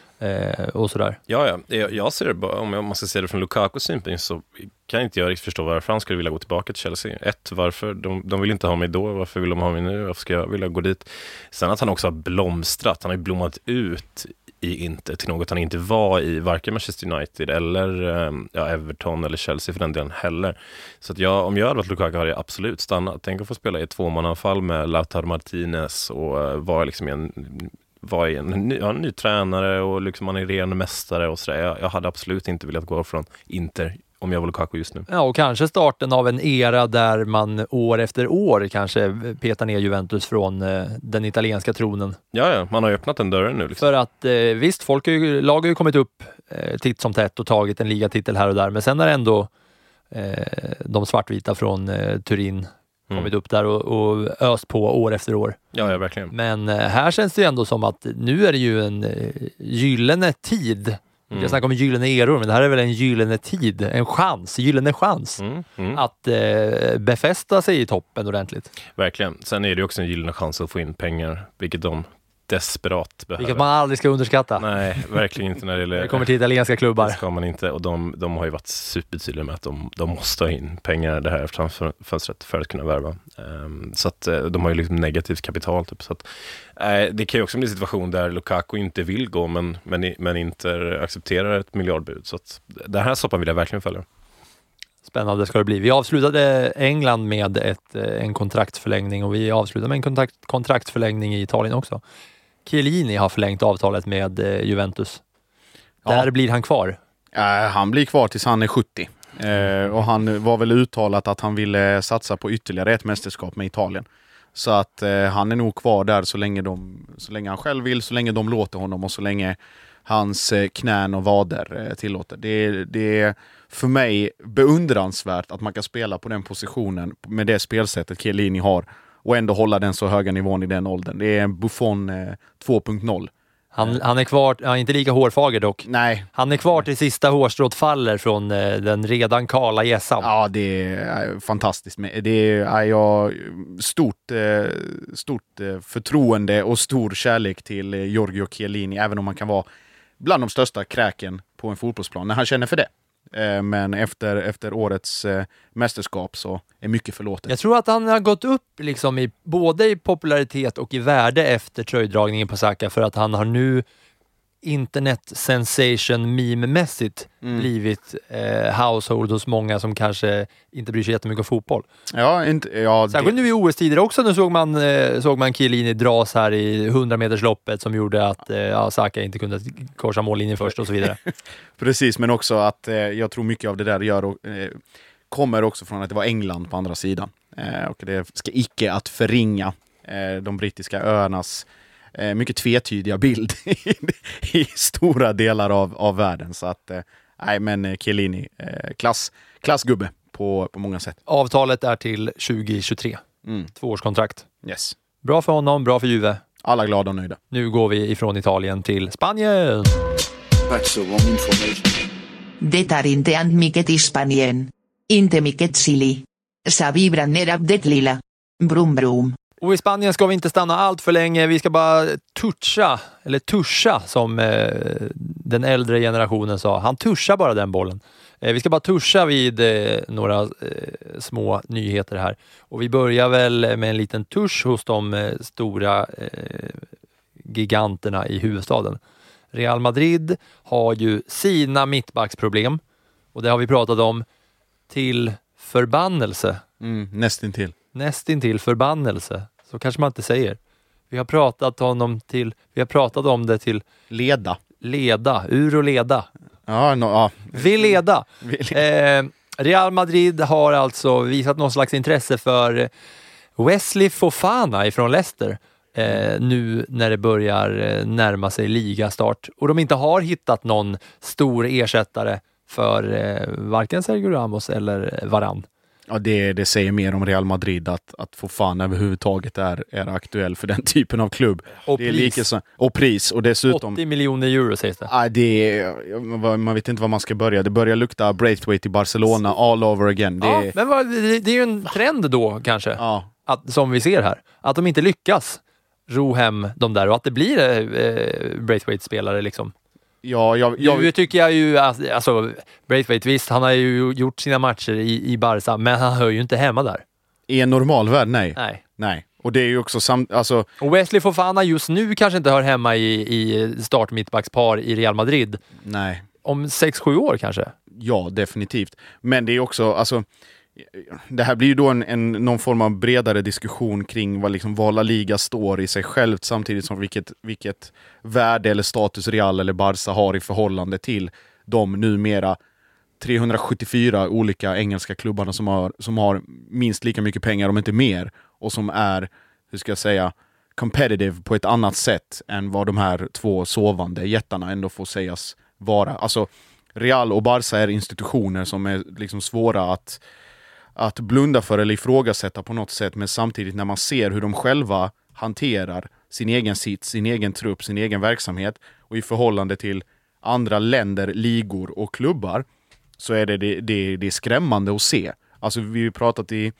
eh, och sådär. Ja, ja. Jag, jag ser det bara, om jag måste se det från Lukakus synpunkt, så kan inte jag riktigt förstå varför han skulle vilja gå tillbaka till Chelsea. Ett, varför? De, de vill inte ha mig då, varför vill de ha mig nu? Varför ska jag vilja gå dit? Sen att han också har blomstrat, han har ju blommat ut i inte till något han inte var i varken Manchester United eller ja, Everton eller Chelsea för den delen heller. Så att jag, om jag hade varit Lukaku hade jag absolut stannat. Tänk att få spela i ett tvåmananfall med Lautaro Martinez och vara liksom en, var en, ny, ja, en ny tränare och liksom man är ren mästare och sådär. Jag, jag hade absolut inte velat gå från Inter om jag var Lukaku just nu. Ja, och kanske starten av en era där man år efter år kanske petar ner Juventus från eh, den italienska tronen. Ja, ja, man har ju öppnat den dörren nu. Liksom. För att eh, visst, folk har ju, lag har ju kommit upp eh, titt som tätt och tagit en ligatitel här och där, men sen är ändå eh, de svartvita från eh, Turin mm. kommit upp där och, och öst på år efter år. Ja, ja, verkligen. Men eh, här känns det ju ändå som att nu är det ju en eh, gyllene tid. Mm. Jag snackar om gyllene eror, men det här är väl en gyllene tid, en chans, gyllene chans mm. Mm. att eh, befästa sig i toppen ordentligt. Verkligen. Sen är det också en gyllene chans att få in pengar, vilket de desperat behöver. Vilket man aldrig ska underskatta. Nej, verkligen inte när det gäller... Det kommer till italienska klubbar. Det ska man inte, och de, de har ju varit supertydliga med att de, de måste ha in pengar det här fönstret för att kunna värva. Um, så att de har ju liksom negativt kapital typ. Så att, uh, det kan ju också bli en situation där Lukaku inte vill gå, men, men, men inte accepterar ett miljardbud. Så att den här soppan vill jag verkligen följa. Spännande ska det bli. Vi avslutade England med ett, en kontraktsförlängning, och vi avslutade med en kontrakt, kontraktsförlängning i Italien också. Chiellini har förlängt avtalet med eh, Juventus. Ja. Där blir han kvar. Äh, han blir kvar tills han är sjuttio. Eh, och han var väl uttalat att han ville satsa på ytterligare ett mästerskap med Italien. Så att eh, han är nog kvar där så länge, de, så länge han själv vill, så länge de låter honom och så länge hans eh, knän och vader eh, tillåter. Det, det är för mig beundransvärt att man kan spela på den positionen med det spelsättet Chiellini har och ändå hålla den så höga nivån i den åldern. Det är en Buffon eh, två punkt noll. Han, han är kvar, ja, inte lika hårfager dock. Nej. Han är kvar till sista hårstrået faller från eh, den redan kala gässan. Ja, det är fantastiskt. Det är jag stort, eh, stort eh, förtroende och stor kärlek till eh, Giorgio Chiellini, även om man kan vara bland de största kräken på en fotbollsplan när han känner för det. Men efter, efter årets eh, mästerskap så är mycket förlåtet. Jag tror att han har gått upp liksom i, både i popularitet och i värde efter tröjdragningen på Saka, för att han har nu internet sensation meme-mässigt mm. blivit eh, household hos många som kanske inte bryr sig jättemycket om fotboll. Ja, inte, ja, särskilt det... nu i O S-tider också. Nu såg man, eh, såg man Chiellini dras här i hundra-metersloppet som gjorde att eh, ja, Saka inte kunde korsa mållinjen först och så vidare. Precis, men också att eh, jag tror mycket av det där gör, eh, kommer också från att det var England på andra sidan. Eh, och det ska icke att förringa eh, de brittiska öarnas eh, mycket tvetydiga bild i, i stora delar av, av världen. Så att, eh, nej men Chiellini, eh, klass, klassgubbe på, på många sätt. Avtalet är till tjugo tjugotre. Mm. Tvåårskontrakt. Yes. Bra för honom, bra för Juve. Alla glada och nöjda. Nu går vi ifrån Italien till Spanien. That's the wrong information. Det inte and mycket i Spanien. Inte mycket silly. Sabi branner av det lilla. Brum brum. Och i Spanien ska vi inte stanna allt för länge. Vi ska bara toucha, eller tuscha som eh, den äldre generationen sa. Han tuschar bara den bollen. Eh, vi ska bara tuscha vid eh, några eh, små nyheter här. Och vi börjar väl med en liten tusch hos de eh, stora eh, giganterna i huvudstaden. Real Madrid har ju sina mittbacksproblem. Och det har vi pratat om till förbannelse. Mm, nästintill. Nästintill förbannelse. Så kanske man inte säger. Vi har pratat honom till, vi har pratat om det till leda. Leda, ur och leda. Ja, no, ja. Vi leda. Eh, Real Madrid har alltså visat någon slags intresse för Wesley Fofana ifrån Leicester. Eh, nu när det börjar närma sig ligastart. Och de inte har hittat någon stor ersättare för eh, varken Sergio Ramos eller Varane. Ja, det, det säger mer om Real Madrid att, att Fofana överhuvudtaget är, är aktuell för den typen av klubb. Och det är pris. Lika så, och pris. Och dessutom, åttio miljoner euro sägs det. Ja, det är, man vet inte var man ska börja. Det börjar lukta Braithwaite i Barcelona all over again. Det, ja, men vad, det, det är ju en trend då kanske. Ja. Att, som vi ser här. Att de inte lyckas ro hem de där och att det blir eh, Braithwaite-spelare liksom. Ja, jag, jag... Nu tycker jag ju, alltså Braithwaite, visst, han har ju gjort sina matcher i, i Barca, men han hör ju inte hemma där. I en normal värld, nej. Nej. Nej. Och det är ju också samt, alltså... Och Wesley Fofana just nu kanske inte hör hemma i, i startmittbackspar i Real Madrid. Nej. Om sex sju år kanske? Ja, definitivt. Men det är också, alltså... Det här blir ju då en, en, någon form av bredare diskussion kring vad liksom vad La Liga står i sig självt, samtidigt som vilket, vilket värde eller status Real eller Barca har i förhållande till de numera trehundrasjuttiofyra olika engelska klubbarna som har, som har minst lika mycket pengar, om inte mer, och som är, hur ska jag säga, competitive på ett annat sätt än vad de här två sovande jättarna ändå får sägas vara. Alltså Real och Barca är institutioner som är liksom svåra att att blunda för eller ifrågasätta på något sätt, men samtidigt när man ser hur de själva hanterar sin egen sits, sin egen trupp, sin egen verksamhet och i förhållande till andra länder, ligor och klubbar, så är det, det, det, det är skrämmande att se. Alltså vi har ju pratat i,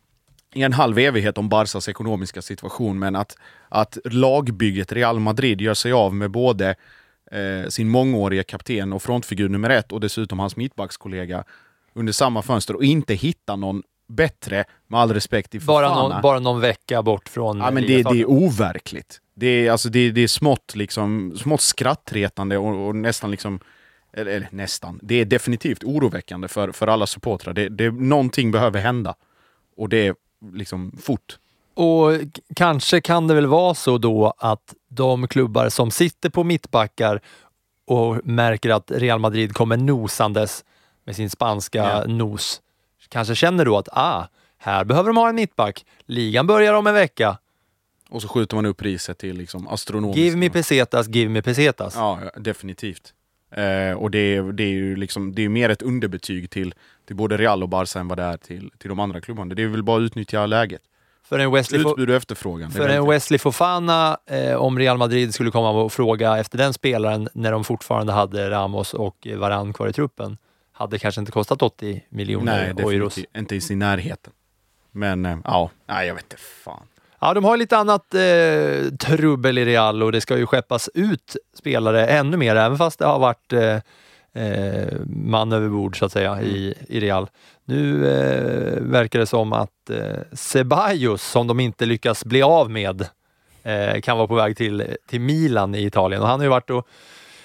i en halv evighet om Barcas ekonomiska situation, men att, att lagbygget Real Madrid gör sig av med både eh, sin mångåriga kapten och frontfigur nummer ett och dessutom hans mittbackskollega under samma fönster och inte hitta någon bättre, med all respekt i bara någon, bara någon vecka bort från... Ja, men det, det är overkligt. Det är, alltså, det, det är smått, liksom, smått skrattretande och, och nästan liksom... Eller, eller nästan. Det är definitivt oroväckande för, för alla supportrar. Det, det, någonting behöver hända. Och det är liksom fort. Och kanske kan det väl vara så då att de klubbar som sitter på mittbackar och märker att Real Madrid kommer nosandes med sin spanska ja. nos, kanske känner då att ah, här behöver de ha en mittback. Ligan börjar om en vecka. Och så skjuter man upp priset till liksom astronomiskt. Give me pesetas, give me pesetas. Ja, definitivt. Eh, och det är, det är ju liksom, det är mer ett underbetyg till, till både Real och Barca än vad det är till, till de andra klubbarna. Det är väl bara att utnyttja läget. För en Wesley Utbud och efterfrågan. För en Wesley Fofana, eh, om Real Madrid skulle komma och fråga efter den spelaren när de fortfarande hade Ramos och Varane kvar i truppen, hade kanske inte kostat åttio miljoner euro. Nej, definitivt inte i sin närheten. Men äh, ja, nej, jag vet inte fan. Ja, de har lite annat eh, trubbel i Real och det ska ju skeppas ut spelare ännu mer, även fast det har varit eh, eh, man över bord så att säga mm. i, i Real. Nu eh, verkar det som att eh, Ceballos, som de inte lyckas bli av med, eh, kan vara på väg till, till Milan i Italien. Och han har ju varit och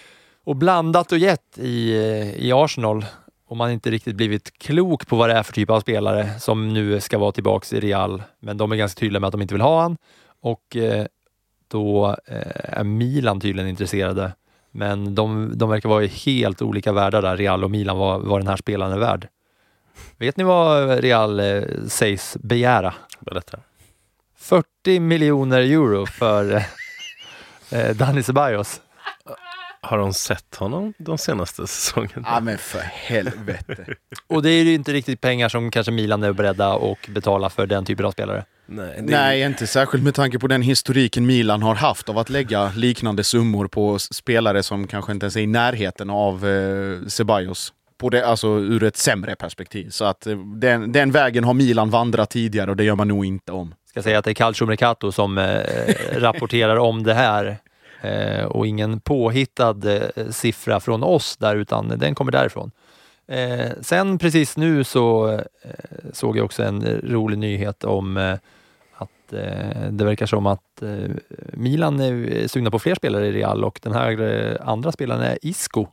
Och blandat och gett i, i Arsenal. Och man inte riktigt blivit klok på vad det är för typ av spelare som nu ska vara tillbaka i Real. Men de är ganska tydliga med att de inte vill ha han. Och eh, då eh, är Milan tydligen intresserade. Men de, de verkar vara i helt olika världar där, Real och Milan, vad, vad den här spelaren är värd. Vet ni vad Real eh, sägs begära? Berätta. fyrtio miljoner euro för eh, Dani Ceballos. Har de sett honom de senaste säsongerna? Ja, men för helvete. Och det är ju inte riktigt pengar som kanske Milan är beredda att betala för den typen av spelare. Nej, det... Nej, inte särskilt med tanke på den historiken Milan har haft av att lägga liknande summor på spelare som kanske inte ens är i närheten av eh, Ceballos. På det, alltså ur ett sämre perspektiv. Så att eh, den, den vägen har Milan vandrat tidigare och det gör man nog inte om. Ska säga att det är Calcio Mercato som eh, rapporterar om det här. Eh, och ingen påhittad eh, siffra från oss där, utan den kommer därifrån. Eh, sen precis nu så eh, såg jag också en rolig nyhet om eh, att eh, det verkar som att eh, Milan är sugna på fler spelare i Real, och den här eh, andra spelaren är Isco.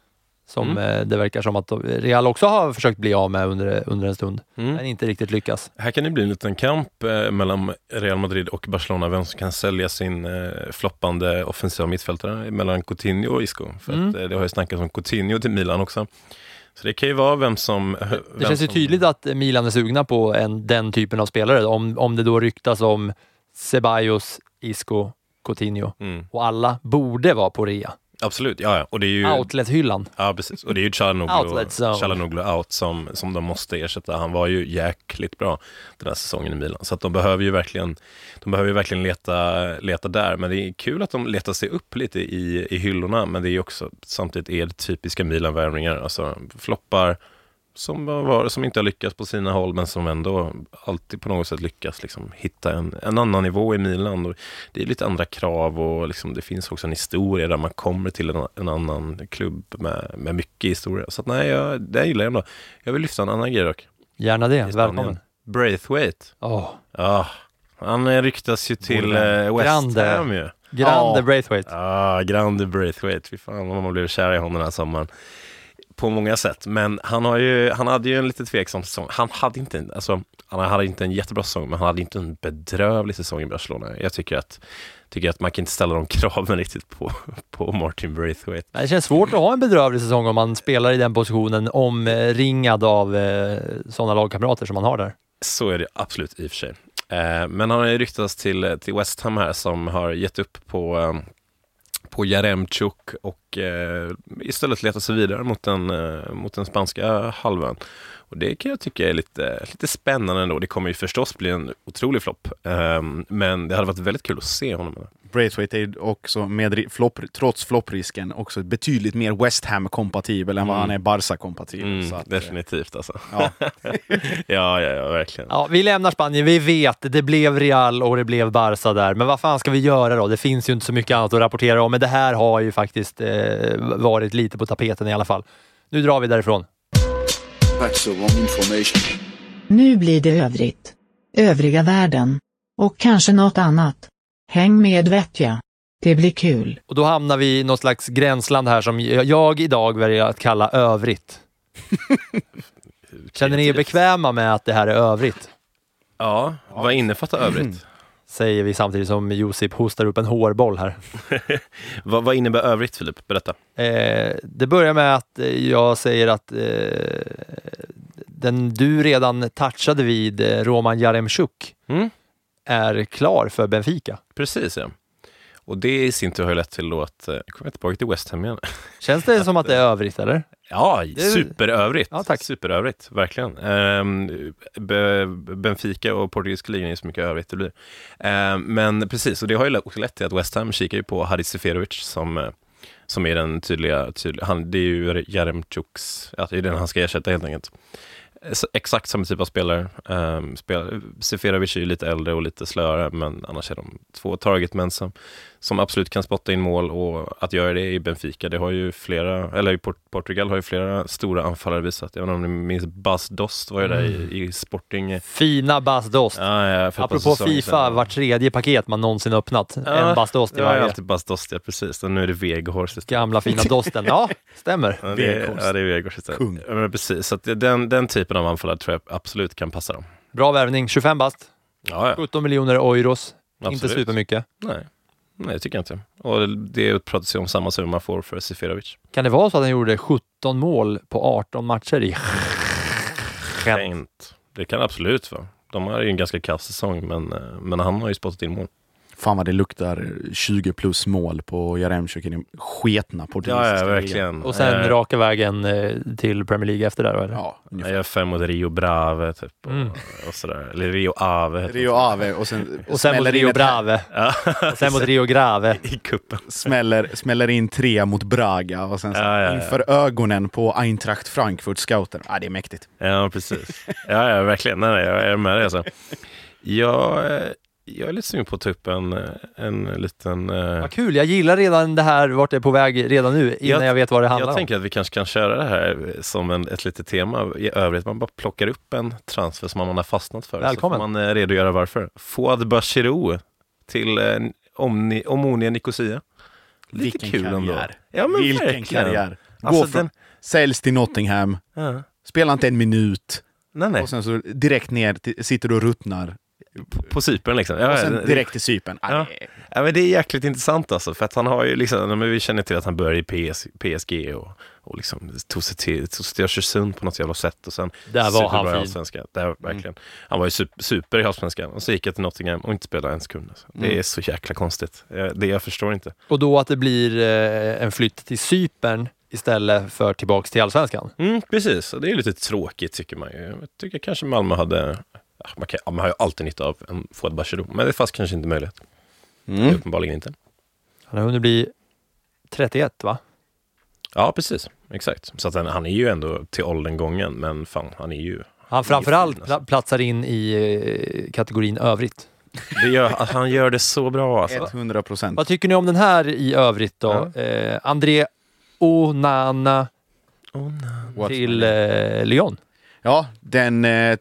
Som mm. eh, det verkar som att Real också har försökt bli av med under, under en stund. Mm. Men inte riktigt lyckas. Här kan det bli en liten kamp eh, mellan Real Madrid och Barcelona. Vem som kan sälja sin eh, floppande offensiva mittfältare mellan Coutinho och Isco. För mm. att, eh, det har ju snackats om Coutinho till Milan också. Så det kan ju vara vem som... Vem det känns ju som... tydligt att Milan är sugna på en, den typen av spelare. Om, om det då ryktas om Ceballos, Isco, Coutinho. Mm. Och alla borde vara på rea. Absolut, ja, ja. Och det är ju outlet-hyllan. Ja, precis. Och det är ju Çalhanoğlu out som, som de måste ersätta. Han var ju jäkligt bra den här säsongen i Milan. Så att de behöver ju verkligen de behöver ju verkligen leta, leta där. Men det är kul att de letar sig upp lite i, i hyllorna. Men det är också samtidigt är det typiska Milan-värvningar. Alltså floppar som, var, som inte har lyckats på sina håll, men som ändå alltid på något sätt lyckas liksom hitta en, en annan nivå i Milan. Och det är lite andra krav, och liksom det finns också en historia där man kommer till en, en annan klubb med, med mycket historia. Så att nej, jag, det gillar jag ändå. Jag vill lyfta en annan grej dock. Gärna det, välkommen. Braithwaite. Oh. Ja, han ryktas ju till uh, West Grande. Ham ju. Grande oh. Braithwaite. Ja, Grande Braithwaite. Fy fan vad man blev kär i honom den här sommaren. På många sätt, men han har ju han hade ju en lite tveksam säsong. Han hade inte en, alltså han hade inte en jättebra säsong, men han hade inte en bedrövlig säsong i Barcelona. Jag tycker att tycker att man kan inte ställa de kraven riktigt på på Martin Braithwaite. Det känns svårt att ha en bedrövlig säsong om man spelar i den positionen, omringad av eh, sådana lagkamrater som man har där. Så är det absolut i och för sig. Eh, men han har ju ryktats till till West Ham här, som har gett upp på eh, på Yaremchuk och eh, istället leta sig vidare mot den, eh, mot den spanska halvan. Och det kan jag tycka är lite, lite spännande ändå. Det kommer ju förstås bli en otrolig flopp. Eh, men det hade varit väldigt kul att se honom. Braithwaite är också, med flopp, trots flopprisken, också betydligt mer West Ham-kompatibel än mm. vad han är Barca-kompatibel. Mm, så att, definitivt alltså. Ja. ja, ja, ja, verkligen. Ja, vi lämnar Spanien. Vi vet, det blev Real och det blev Barca där. Men vad fan ska vi göra då? Det finns ju inte så mycket annat att rapportera om. Men det här har ju faktiskt eh, varit lite på tapeten i alla fall. Nu drar vi därifrån. Nu blir det övrigt. Övriga världen. Och kanske något annat. Häng med, vet jag. Det blir kul. Och då hamnar vi i något slags gränsland här som jag idag väljer att kalla övrigt. Känner ni er bekväma med att det här är övrigt? Ja, vad innefattar övrigt? Säger vi samtidigt som Josip hostar upp en hårboll här. vad, vad innebär övrigt, Filip? Berätta. Eh, det börjar med att jag säger att eh, den du redan touchade vid, eh, Roman Yaremchuk, mm. är klar för Benfica. Precis, ja. Och det i sin tur har lett till då att jag kommer tillbaka till West Ham igen. Känns det att, som att det är övrigt, eller? Ja, superövrigt. Ja, tack. Superövrigt, verkligen. Um, Be- Benfica och portugisiska ligan är så mycket övrigt det blir. Um, men precis, och det har ju också lett till att West Ham kikar ju på Hadis Seferovic som, som är den tydliga, tydliga han, det är ju Yaremchuks, ja, det är den han ska ersätta helt enkelt. exakt samma typ av spelare. Um, spel, Seferovic är ju lite äldre och lite slöare, men annars är de två targetmän som, som absolut kan spotta in mål, och att göra det i Benfica, det har ju flera, eller i Port- Portugal har ju flera stora anfallare visat. Jag vet inte om ni minns Bas Dost var ju mm. där i, i Sporting. Fina Bas Dost. Ja, ja, apropå FIFA, var tredje paket man någonsin öppnat. Ja, en Bas Dost i varje. Ja, alltid Bas Dost, ja, precis. Och nu är det Weghorst. Gamla fina Dosten, ja, stämmer. Ja, det är, ja, det är Weghorst. Kung. Ja, precis, så att den, den typen av anfallare tror jag absolut kan passa dem. Bra värvning, tjugofem bast. Ja, ja. sjutton miljoner euros. Absolut. Inte supermycket. Nej. Nej, jag tycker inte. Och det pratas ju om samma summa man får för Seferovic. Kan det vara så att han gjorde sjutton mål på arton matcher i Gent? Det kan absolut vara. De har ju en ganska kass säsong, men, men han har ju spottat in mål. Fan vad det luktar tjugo plus mål på Jaremchuk i den sketna portugisiska Ja, ja, verkligen. Och sen eh, raka vägen eh, till Premier League efter där, eller? Ja, jag gör fem mot Rio Brave typ, och, mm. och sådär. Eller Rio Ave. Rio Ave och sen, och sen mot Rio Brave. Ja. Och sen mot Rio Grave. I kuppen. Smäller, smäller in tre mot Braga och sen så ja, ja, ja. inför ögonen på Eintracht Frankfurt scouten. Ja, det är mäktigt. Ja, precis. Ja, ja, verkligen. Nej, nej, jag är med dig alltså. Jag... Jag är lite sugen på att ta upp en, en liten... Uh... Vad kul, jag gillar redan det här, vart det är på väg redan nu, innan jag, jag vet vad det handlar jag om. Jag tänker att vi kanske kan köra det här som en, ett litet tema i övrigt. Man bara plockar upp en transfer som man har fastnat för. Välkommen. Så får man uh, redogöra varför. Fouad Bachirou till uh, Omni, Omonia Nicosia. Lite Vilken kul karriär. ändå. Ja, men Vilken verkligen. karriär. Gå Alltså, från den... säljs till Nottingham. Uh. Spelar inte en minut. Nej, nej. Och sen så direkt ner, till, sitter du och ruttnar. På, på Cypern liksom. Ja, och sen direkt till Cypern. Ja. Ah, ja, men det är jäkligt intressant alltså, för att han har ju liksom, men vi känner till att han började i P S, P S G och, och liksom tog sig till, tog sig till Östersund på något jävla sätt, och sen där var han fin. Allsvenska. Där, verkligen. Mm. Han var ju super, super i Allsvenskan, och så gick jag till Nottingham och inte spelade en sekund. Alltså. Mm. Det är så jäkla konstigt. Det jag förstår inte. Och då att det blir eh, en flytt till Cypern istället för tillbaks till Allsvenskan. Mm, precis, och det är lite tråkigt tycker man ju. Jag tycker kanske Malmö hade... Man, kan, man har ju alltid nytta av en Fouad Bachirou, men det är fast kanske inte möjligt. Mm. Uppenbarligen inte. Han har hunnit bli trettioett, va? Ja, precis. Exakt. Så att han, han är ju ändå till åldern gången, men fan, han är ju... Han framförallt alltså. platsar in i eh, kategorin övrigt. Det gör, han gör det så bra alltså. hundra procent. Vad tycker ni om den här i övrigt då? Ja. Eh, André Onana, Onana. till eh, Lyon. Ja, den... Eh,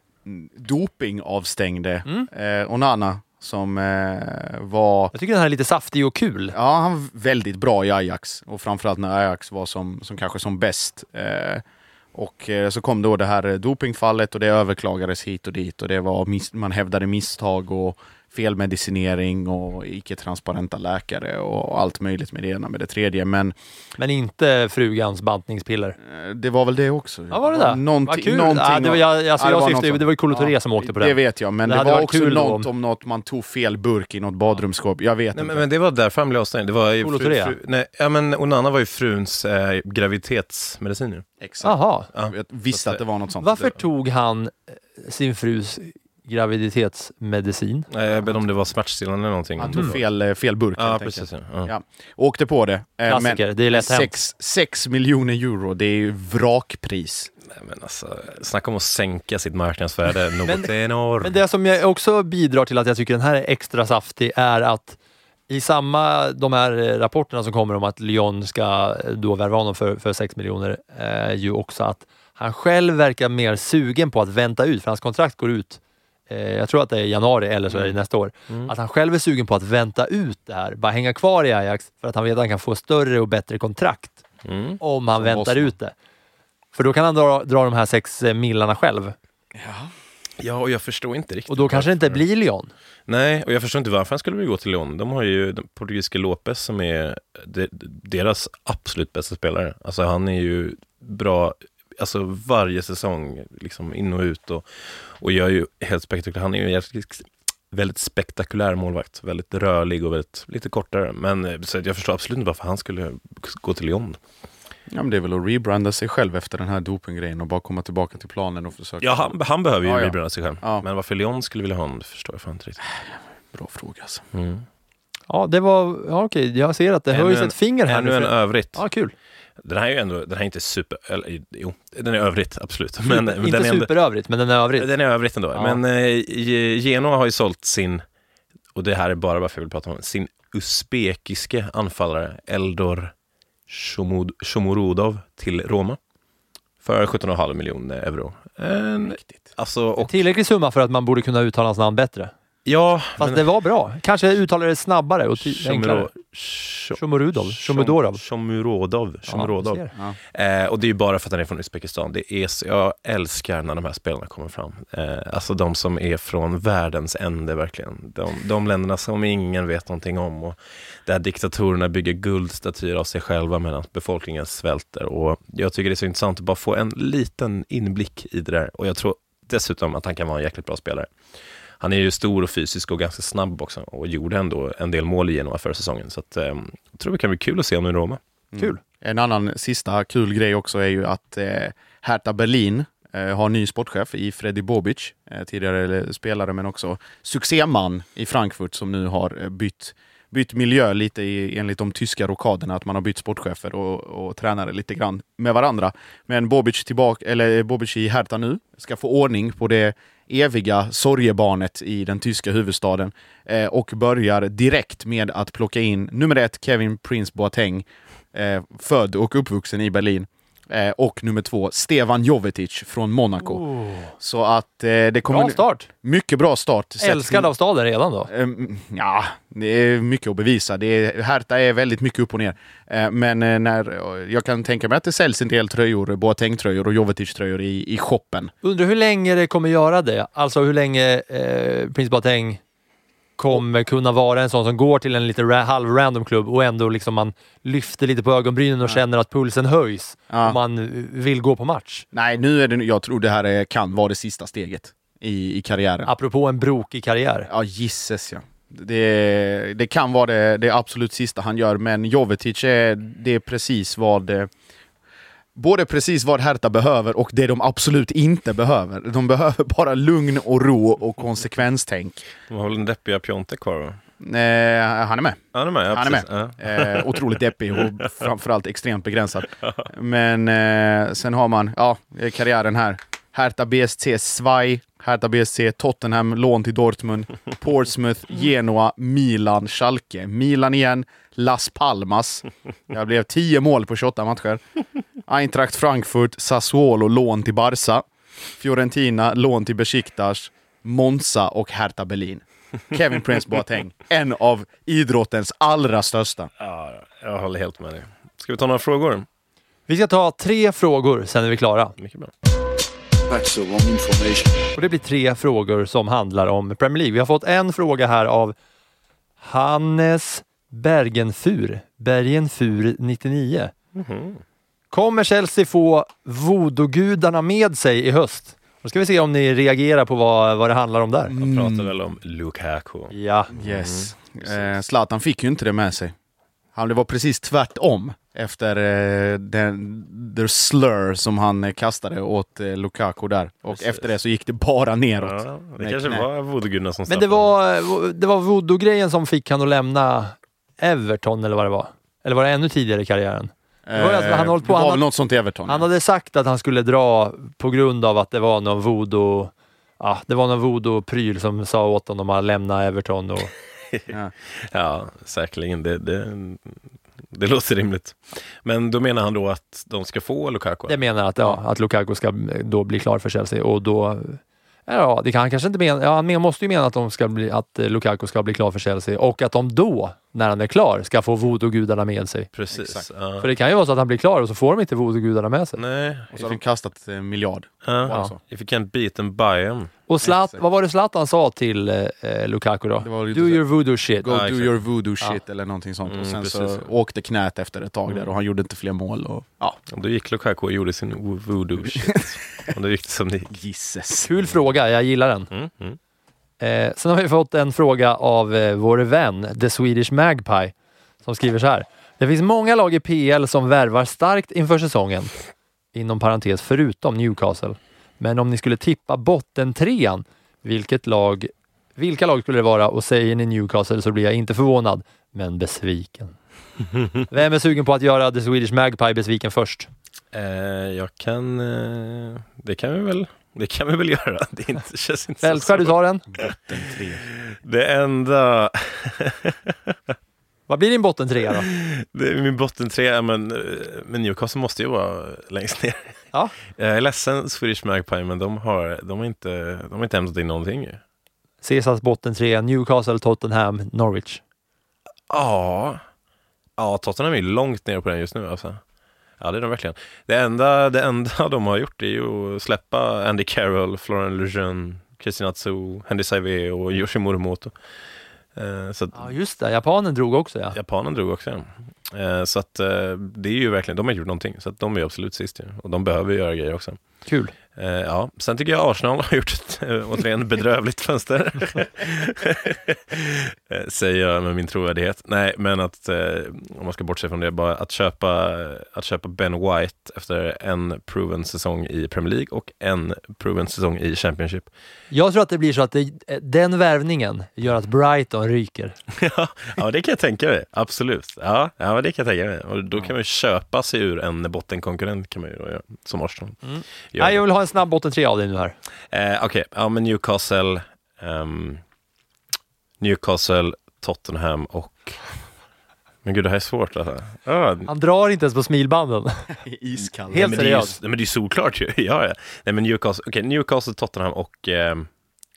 dopingavstängde mm. eh, Onana som eh, var... Jag tycker den här är lite saftig och kul. Ja, han var väldigt bra i Ajax, och framförallt när Ajax var som, som kanske som bäst. Eh, och eh, så kom då det här dopingfallet, och det överklagades hit och dit, och det var miss- man hävdade misstag och felmedicinering och icke-transparenta läkare och allt möjligt med det ena med det tredje. Men, men inte frugans bantningspiller. Det var väl det också. Ja, var det där? Någonting, kul. någonting Ja, det var, jag, alltså, ja, jag det, var syftade, något det var ju Kolo Touré ja, som åkte på det. Det vet jag, men det, det var också något om något man tog fel burk i något badrumsskåp. Jag vet nej, inte. Men, men det var därför han blev avstängd. Det var ju Kolo fru, fru, nej, ja, men Onana var ju fruns eh, graviditetsmedicin. Exakt. Jaha. Ja. Jag visste att det var något sånt. Varför tog han sin frus graviditetsmedicin? Nej, jag vet inte om det var smärtstillande eller någonting. Han tog fel, fel burk. Ja, precis. Ja. Ja. Åkte på det. Klassiker, men det är lätt sex, sex miljoner euro, det är ju vrakpris. Nej, men alltså, snacka om att sänka sitt marknadsvärde något enormt. Men det som jag också bidrar till att jag tycker den här är extra saftig är att i samma, de här rapporterna som kommer om att Lyon ska då värva honom för, för sex miljoner är ju också att han själv verkar mer sugen på att vänta ut, för hans kontrakt går ut eh, jag tror att det är januari eller så är det nästa år. Mm. Att han själv är sugen på att vänta ut det här, bara hänga kvar i Ajax, för att han vet att han kan få större och bättre kontrakt mm. om han så väntar ut det. För då kan han dra, dra de här sex millarna själv. Ja. Ja, och jag förstår inte riktigt. Och då kanske det inte blir Lyon. Nej, och jag förstår inte varför han skulle vilja gå till Lyon. De har ju den portugisiska Lopez som är de, deras absolut bästa spelare. Alltså han är ju bra, alltså varje säsong liksom in och ut, och, och gör ju helt spektakulär. Han är ju en väldigt spektakulär målvakt, väldigt rörlig och väldigt lite kortare. Men så jag förstår absolut inte varför han skulle gå till Lyon. Ja, men det är väl att rebranda sig själv efter den här dopinggrejen och bara komma tillbaka till planen och försöka... Ja, han, han behöver ju ja, ja. rebranda sig själv. Ja. Men varför Lyon skulle vilja ha honom, det förstår jag fan inte riktigt. Bra fråga alltså. Mm. Ja, det var... Ja, okej, jag ser att det höjs ett finger här. Ännu en övrigt. Ja, kul. Den här är ju ändå, den här är inte super, eller, jo, den är övrigt, absolut. Men, men inte den är ändå, superövrigt, men den är övrigt. Den är övrigt ändå. Ja. Men eh, Genoa har ju sålt sin, och det här är bara varför jag vill prata om, sin usbekiske anfallare Eldor Shomod, Shomurodov till Roma för sjutton komma fem miljoner euro. En, alltså, och, tillräcklig summa för att man borde kunna uttala hans namn bättre. Ja, fast men, det var bra. Kanske uttalar det snabbare och Shomuro, enklare. Shomurudov. Shomudorov. Shomurodov. Shomurodov. Ja, eh, och det är ju bara för att han är från Uzbekistan. Det är så, jag älskar när de här spelarna kommer fram. Eh, alltså de som är från världens ände verkligen. De, de länderna som ingen vet någonting om. Och där diktatorerna bygger guldstatyer av sig själva medan befolkningen svälter. Och jag tycker det är så intressant att bara få en liten inblick i det där. Och jag tror dessutom att han kan vara en jäkligt bra spelare. Han är ju stor och fysisk och ganska snabb också och gjorde ändå en del mål i Genoa förra säsongen. Så att, eh, jag tror det kan bli kul att se honom i Roma. Mm. Kul. En annan sista kul grej också är ju att eh, Hertha Berlin eh, har ny sportchef i Freddy Bobic, eh, tidigare spelare men också succéman i Frankfurt som nu har eh, bytt, bytt miljö lite i, enligt de tyska rokaderna, att man har bytt sportchefer och, och tränare lite grann med varandra. Men Bobic tillbaka, eller Bobic i Hertha nu ska få ordning på det eviga sorgebarnet i den tyska huvudstaden eh, och börjar direkt med att plocka in nummer ett Kevin Prince Boateng, eh, född och uppvuxen i Berlin, eh, och nummer två Stevan Jovetic från Monaco. Oh. Så att eh, det kommer bra start. Mycket bra start. Älskad av staden redan då? Eh, ja, det är mycket att bevisa. Det är, Hertha är väldigt mycket upp och ner. Eh, men eh, när jag kan tänka mig att det säljs en del tröjor, Boateng-tröjor och Jovetic-tröjor i, i shoppen. Undrar hur länge det kommer göra det? Alltså hur länge eh, Prince Boateng kommer kunna vara en sån som går till en lite ra- halv-random klubb och ändå liksom man lyfter lite på ögonbrynen och ja. känner att pulsen höjs ja. och man vill gå på match. Nej, nu är det, jag tror det här är, kan vara det sista steget i, i karriären. Apropå en brokig karriär. Ja, gisses ja. Det, det kan vara det, det absolut sista han gör, men Jovetic är, det är precis vad det, både precis vad Hertha behöver och det de absolut inte behöver. De behöver bara lugn och ro och konsekvenstänk. De har väl en deppiga Piontek kvar då? Nej, han är med. Han är med, ja, han är med. Ja. Eh, otroligt deppig och framförallt extremt begränsad. Men eh, sen har man ja, karriären här. Hertha B S C Svaj, Hertha B S C Tottenham, lån till Dortmund, Portsmouth, Genoa, Milan, Schalke, Milan igen, Las Palmas. Jag blev tio mål på tjugoåtta matcher. Eintracht Frankfurt, Sassuolo, lån till Barca, Fiorentina, lån till Besiktas, Monza och Hertha Berlin. Kevin Prince Boateng, en av idrottens allra största. Ja, jag håller helt med dig. Ska vi ta några frågor? Vi ska ta tre frågor, sen är vi klara. Mycket bra. Och det blir tre frågor som handlar om Premier League. Vi har fått en fråga här av Hannes Bergenfur, Bergenfur nittionio. Mm-hmm. Kommer Chelsea få voodoo-gudarna med sig i höst? Då ska vi se om ni reagerar på vad, vad det handlar om där. Man pratar väl om Lukaku. Ja. Yes. Mm. Eh, Zlatan fick ju inte det med sig. Han, det var precis tvärtom efter eh, den the slur som han eh, kastade åt eh, Lukaku där. Och precis. Efter det så gick det bara neråt. Ja, det kanske knä. var voodoo-gudarna som Men det var, det var voodoo-grejen som fick han att lämna Everton eller vad det var. Eller var det ännu tidigare i karriären? Det var, alltså, han hållit på, det var han väl något sånt i Everton. Han hade sagt att han skulle dra på grund av att det var någon voodoo, ja, det var någon voodoo-pryl som sa åt honom att lämna Everton. Och... ja. ja, säkerligen. Det, det, det låter rimligt. Men då menar han då att de ska få Lukaku? Det menar att, ja, att Lukaku ska då bli klar för Chelsea och då... Ja, det kan han kanske inte mena. Ja, han måste ju mena att, de ska bli, att Lukaku ska bli klar för Chelsea och att de då, när han är klar, ska få voodoo-gudarna med sig. Precis. Ja. För det kan ju vara så att han blir klar och så får de inte voodoo-gudarna med sig. Nej. Och så har de kastat en miljard. Ja. Ja. If you can't beat them, buy them. Och Zlat, vad var det Zlatan sa till eh, Lukaku då? Do your voodoo shit. Go ja, do your voodoo shit ja. eller någonting sånt. Mm, och sen precis. så åkte knät efter ett tag mm. där och han gjorde inte fler mål. Och, ja. och då gick Lukaku och gjorde sin voodoo shit. Och det gick som det gick. Jesus. Kul fråga, jag gillar den. Mm, mm. Eh, sen har vi fått en fråga av eh, vår vän, The Swedish Magpie, som skriver så här. Det finns många lag i P L som värvar starkt inför säsongen. Inom parentes, förutom Newcastle. Men om ni skulle tippa bottentrean, vilket lag, vilka lag skulle det vara? Och säger ni Newcastle så blir jag inte förvånad, men besviken. Vem är sugen på att göra The Swedish Magpie besviken först? Eh, jag kan... Eh, det kan vi väl... Det kan vi väl göra. Det är inte, känns inte Välskär, så du tar den. Botten tre. Det enda... Vad blir din botten tre då? Det är min botten tre, men, men Newcastle måste ju vara längst ner. Ja. Jag är ledsen Swedish Magpie, men de har, de har, inte, de har inte hämtat in någonting. Caesars botten tre, Newcastle, Tottenham, Norwich. Ja, ja Tottenham är långt ner på den just nu. Alltså. Ja, det är de verkligen. Det enda, det enda de har gjort är ju att släppa Andy Carroll, Florian Lejeune, Christian Atsu, Henry Saive och Yoshi Muramoto. Eh, så att, ja, just det. Japanen drog också, ja. Japanen drog också, ja. Eh, så att eh, det är ju verkligen, de har gjort någonting. Så att de är absolut sist, ja. Och de behöver göra grejer också. Kul. Eh, ja, sen tycker jag Arsenal har gjort ett äh, återigen bedrövligt fönster. eh, säger jag med min trovärdighet. Nej, men att eh, om man ska bortse från det, bara att köpa, att köpa Ben White efter en proven säsong i Premier League och en proven säsong i Championship. Jag tror att det blir så att det, den värvningen gör att Brighton ryker. ja, ja, det kan jag tänka mig. Absolut. Ja, ja, det kan jag tänka mig. Och då kan man ju köpa sig ur en bottenkonkurrent kan man ju då göra, som Arsenal. Mm. Ja, jag vill ha en snabb botten tre av dig nu här. Eh, Okej, okay. Ja men Newcastle, um, Newcastle, Tottenham och... Men gud, det här är svårt. Alltså. Ah. Han drar inte ens på smilbanden. Iskall. Helt nej, seriöst. Men det är ju solklart ju. ja, ja. Nej, men Newcastle, okay, Newcastle, Tottenham och... Um,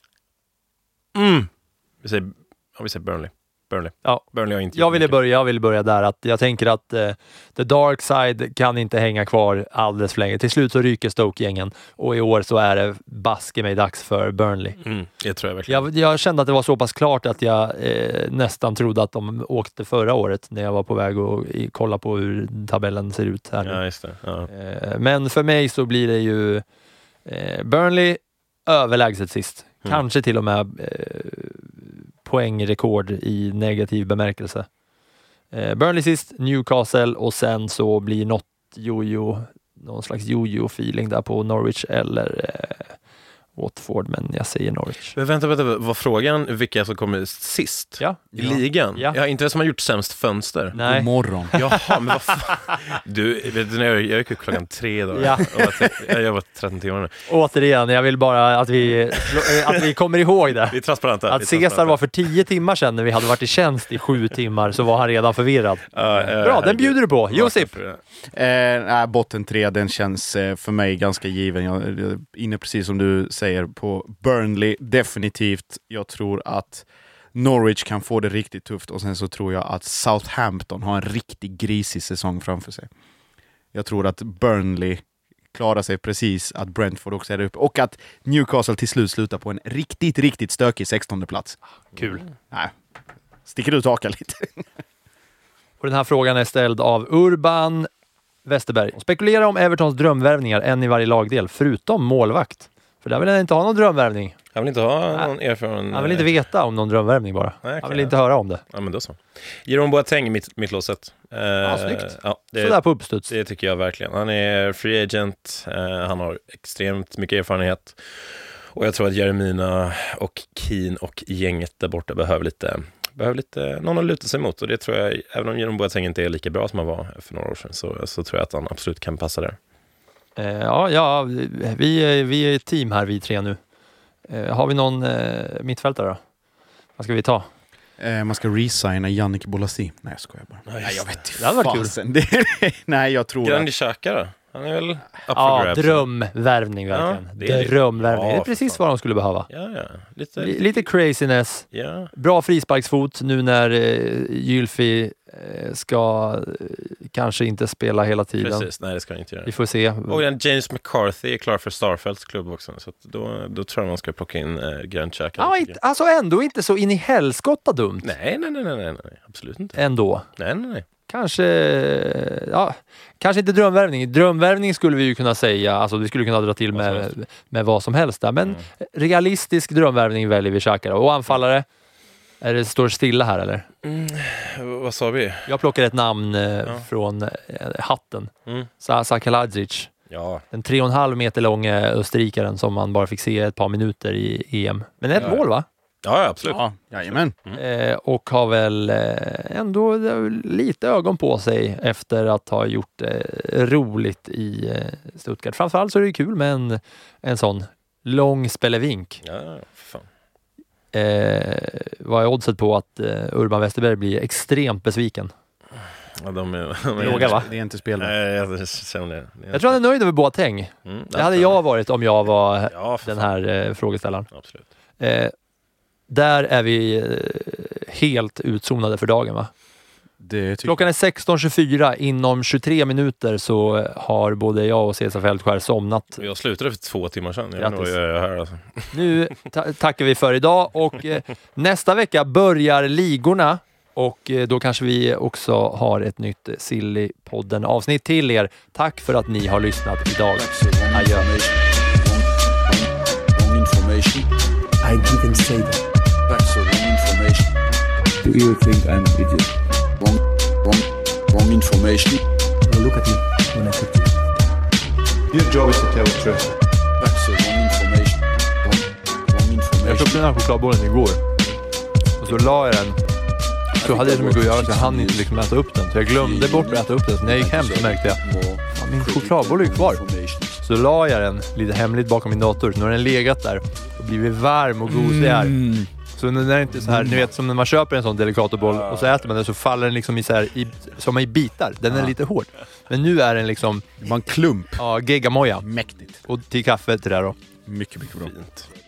mm, vi säger, ja, vi säger Burnley. Burnley. Ja. Burnley har inte jag, ville börja, jag ville börja där. Att jag tänker att uh, The Dark Side kan inte hänga kvar alldeles för länge. Till slut så ryker Stoke-gängen. Och i år så är det baske mig dags för Burnley. Mm, det tror jag verkligen. Jag, jag kände att det var så pass klart att jag eh, nästan trodde att de åkte förra året när jag var på väg att i, kolla på hur tabellen ser ut här nu. Ja, just det. Ja. Eh, men för mig så blir det ju eh, Burnley överlägset sist. Mm. Kanske till och med eh, poängrekord i negativ bemärkelse. Eh, Burnley sist, Newcastle och sen så blir något jojo, någon slags jojo-feeling där på Norwich eller eh, Watford, men jag säger Norwich. Men vänta, vänta, var frågan vilka som kommer sist ja. i ligan? Ja. Ja, inte det som har gjort sämst fönster. Nej. God morgon. Jaha, men vad fan? Du, vet du, jag gick upp klockan tre då. Ja. Jag har varit tretton timmar nu. Återigen, jag vill bara att vi, att vi kommer ihåg det. Vi är transparenta. Att Caesar var för tio timmar sedan när vi hade varit i tjänst i sju timmar så var han redan förvirrad. Uh, uh, Bra, den bjuder du på. Josip? Eh, nej, botten tre, den känns eh, för mig ganska given. Jag är inne precis som du säger på Burnley, definitivt. Jag tror att Norwich kan få det riktigt tufft och sen så tror jag att Southampton har en riktigt grisig säsong framför sig. Jag tror att Burnley klarar sig precis, att Brentford också är där uppe och att Newcastle till slut slutar på en riktigt, riktigt stökig sextonde plats. Kul. Nej, sticker ut haka lite. Och den här frågan är ställd av Urban Westerberg. Spekulera om Evertons drömvärvningar, en i varje lagdel, förutom målvakt. För där vill han inte ha någon drömvärvning. Han vill inte ha någon erfaren... Han vill inte veta om någon drömvärvning bara. Nej, okay. Han vill inte höra om det. Ja, men då så. Jerome Boateng, mitt, mitt låset. Eh, ja, snyggt. Ja, det, sådär på uppstuds. Det tycker jag verkligen. Han är free agent. Eh, han har extremt mycket erfarenhet. Och jag tror att Jeremina och Keane och gänget där borta behöver lite... behöver lite någon att luta sig mot. Och det tror jag, även om Jerome Boateng inte är lika bra som han var för några år sedan, så, så tror jag att han absolut kan passa där. Ja, ja vi, vi är ett team här, vi tre nu. Har vi någon eh, mittfältare då? Vad ska vi ta? Eh, man ska resigna Yannick Bolasie. Nej, jag skojar bara. Nej, jag vet det hade varit kul. Det, nej, jag tror Grandi Xhaka då? Han är väl up ja, for grabs. Drömvärvning verkligen. Ja, det är Drömvärvning. Ja, det är precis vad de skulle behöva. Ja, ja. Lite, lite, lite craziness. Ja. Bra frisparksfot nu när eh, Gylfi eh, ska eh, kanske inte spela hela tiden. Precis, nej det ska han inte göra. Vi får se. Och James McCarthy är klar för Starfelts klubb också. Så då, då tror jag man ska plocka in eh, Grandi Xhaka. Ja, inte, alltså ändå inte så in i helskotta dumt. Nej, nej, nej, nej, nej, nej. Absolut inte. Ändå. Nej, nej, nej. Kanske, ja, kanske inte drömvärvning. Drömvärvning skulle vi ju kunna säga, alltså vi skulle kunna dra till med, med vad som helst där. Men mm. realistisk drömvärvning väljer vi Xhaka. Och anfallare, är det står stilla här eller? Mm. Vad sa vi? Jag plockar ett namn eh, ja. från eh, hatten. Mm. Sasa Kaladzic. Ja. Den tre och en halv meter långa österrikaren som man bara fick se ett par minuter i E M. Men ett ja. mål va? Ja, absolut. Ja, jajamän. Mm. Eh, och har väl eh, ändå lite ögon på sig efter att ha gjort eh, roligt i eh, Stuttgart. Framförallt så är det kul med en, en sån lång spelevink. Ja, fan. Eh, vad är oddset på att eh, Urban Westerberg blir extremt besviken? Ja, de är, de är Låga, va? Det är inte spel. Nej, jag känner det. det är Jag tror han är nöjd över Boateng. Mm, det hade jag varit om jag var ja, den här eh, frågeställaren. Absolut. Eh, där är vi eh, helt utzonade för dagen, va? Det Klockan är sexton tjugofyra. Inom tjugotre minuter så har både jag och Cesar Fältskär somnat. Jag slutade för två timmar sedan. Jag Grattis. vet inte vad jag gör här, alltså. Nu ta- tackar vi för idag och eh, nästa vecka börjar ligorna och eh, då kanske vi också har ett nytt Sillypodden avsnitt till er. Tack för att ni har lyssnat idag. Adjö. Wrong information. I didn't say that. Facts are wrong information. Do you think I'm an idiot? Wrong, wrong, wrong information. Now look at me when I talk to you. Your job is to tell the truth. Facts are wrong information. Wrong, wrong Jag köpte information. den här chokladbollen igår och så la jag den. Så hade jag så mycket att göra så jag hann inte liksom äta upp den. Så jag glömde bort att äta upp den. Så när jag gick hem så märkte jag att min chokladboll är kvar. Så la jag den lite hemligt bakom min dator. Så nu har den legat där och blivit varm och gosig här. Mm. Så när det är inte så här, ni vet som när man köper en sån Delicatoboll och så äter man den så faller den liksom i så här, i, som i bitar. Den är lite hård. Men nu är den liksom... Det var en klump. Ja, geggamoja. Mäktigt. Och till kaffe till det här då. Mycket, mycket bra. Fint.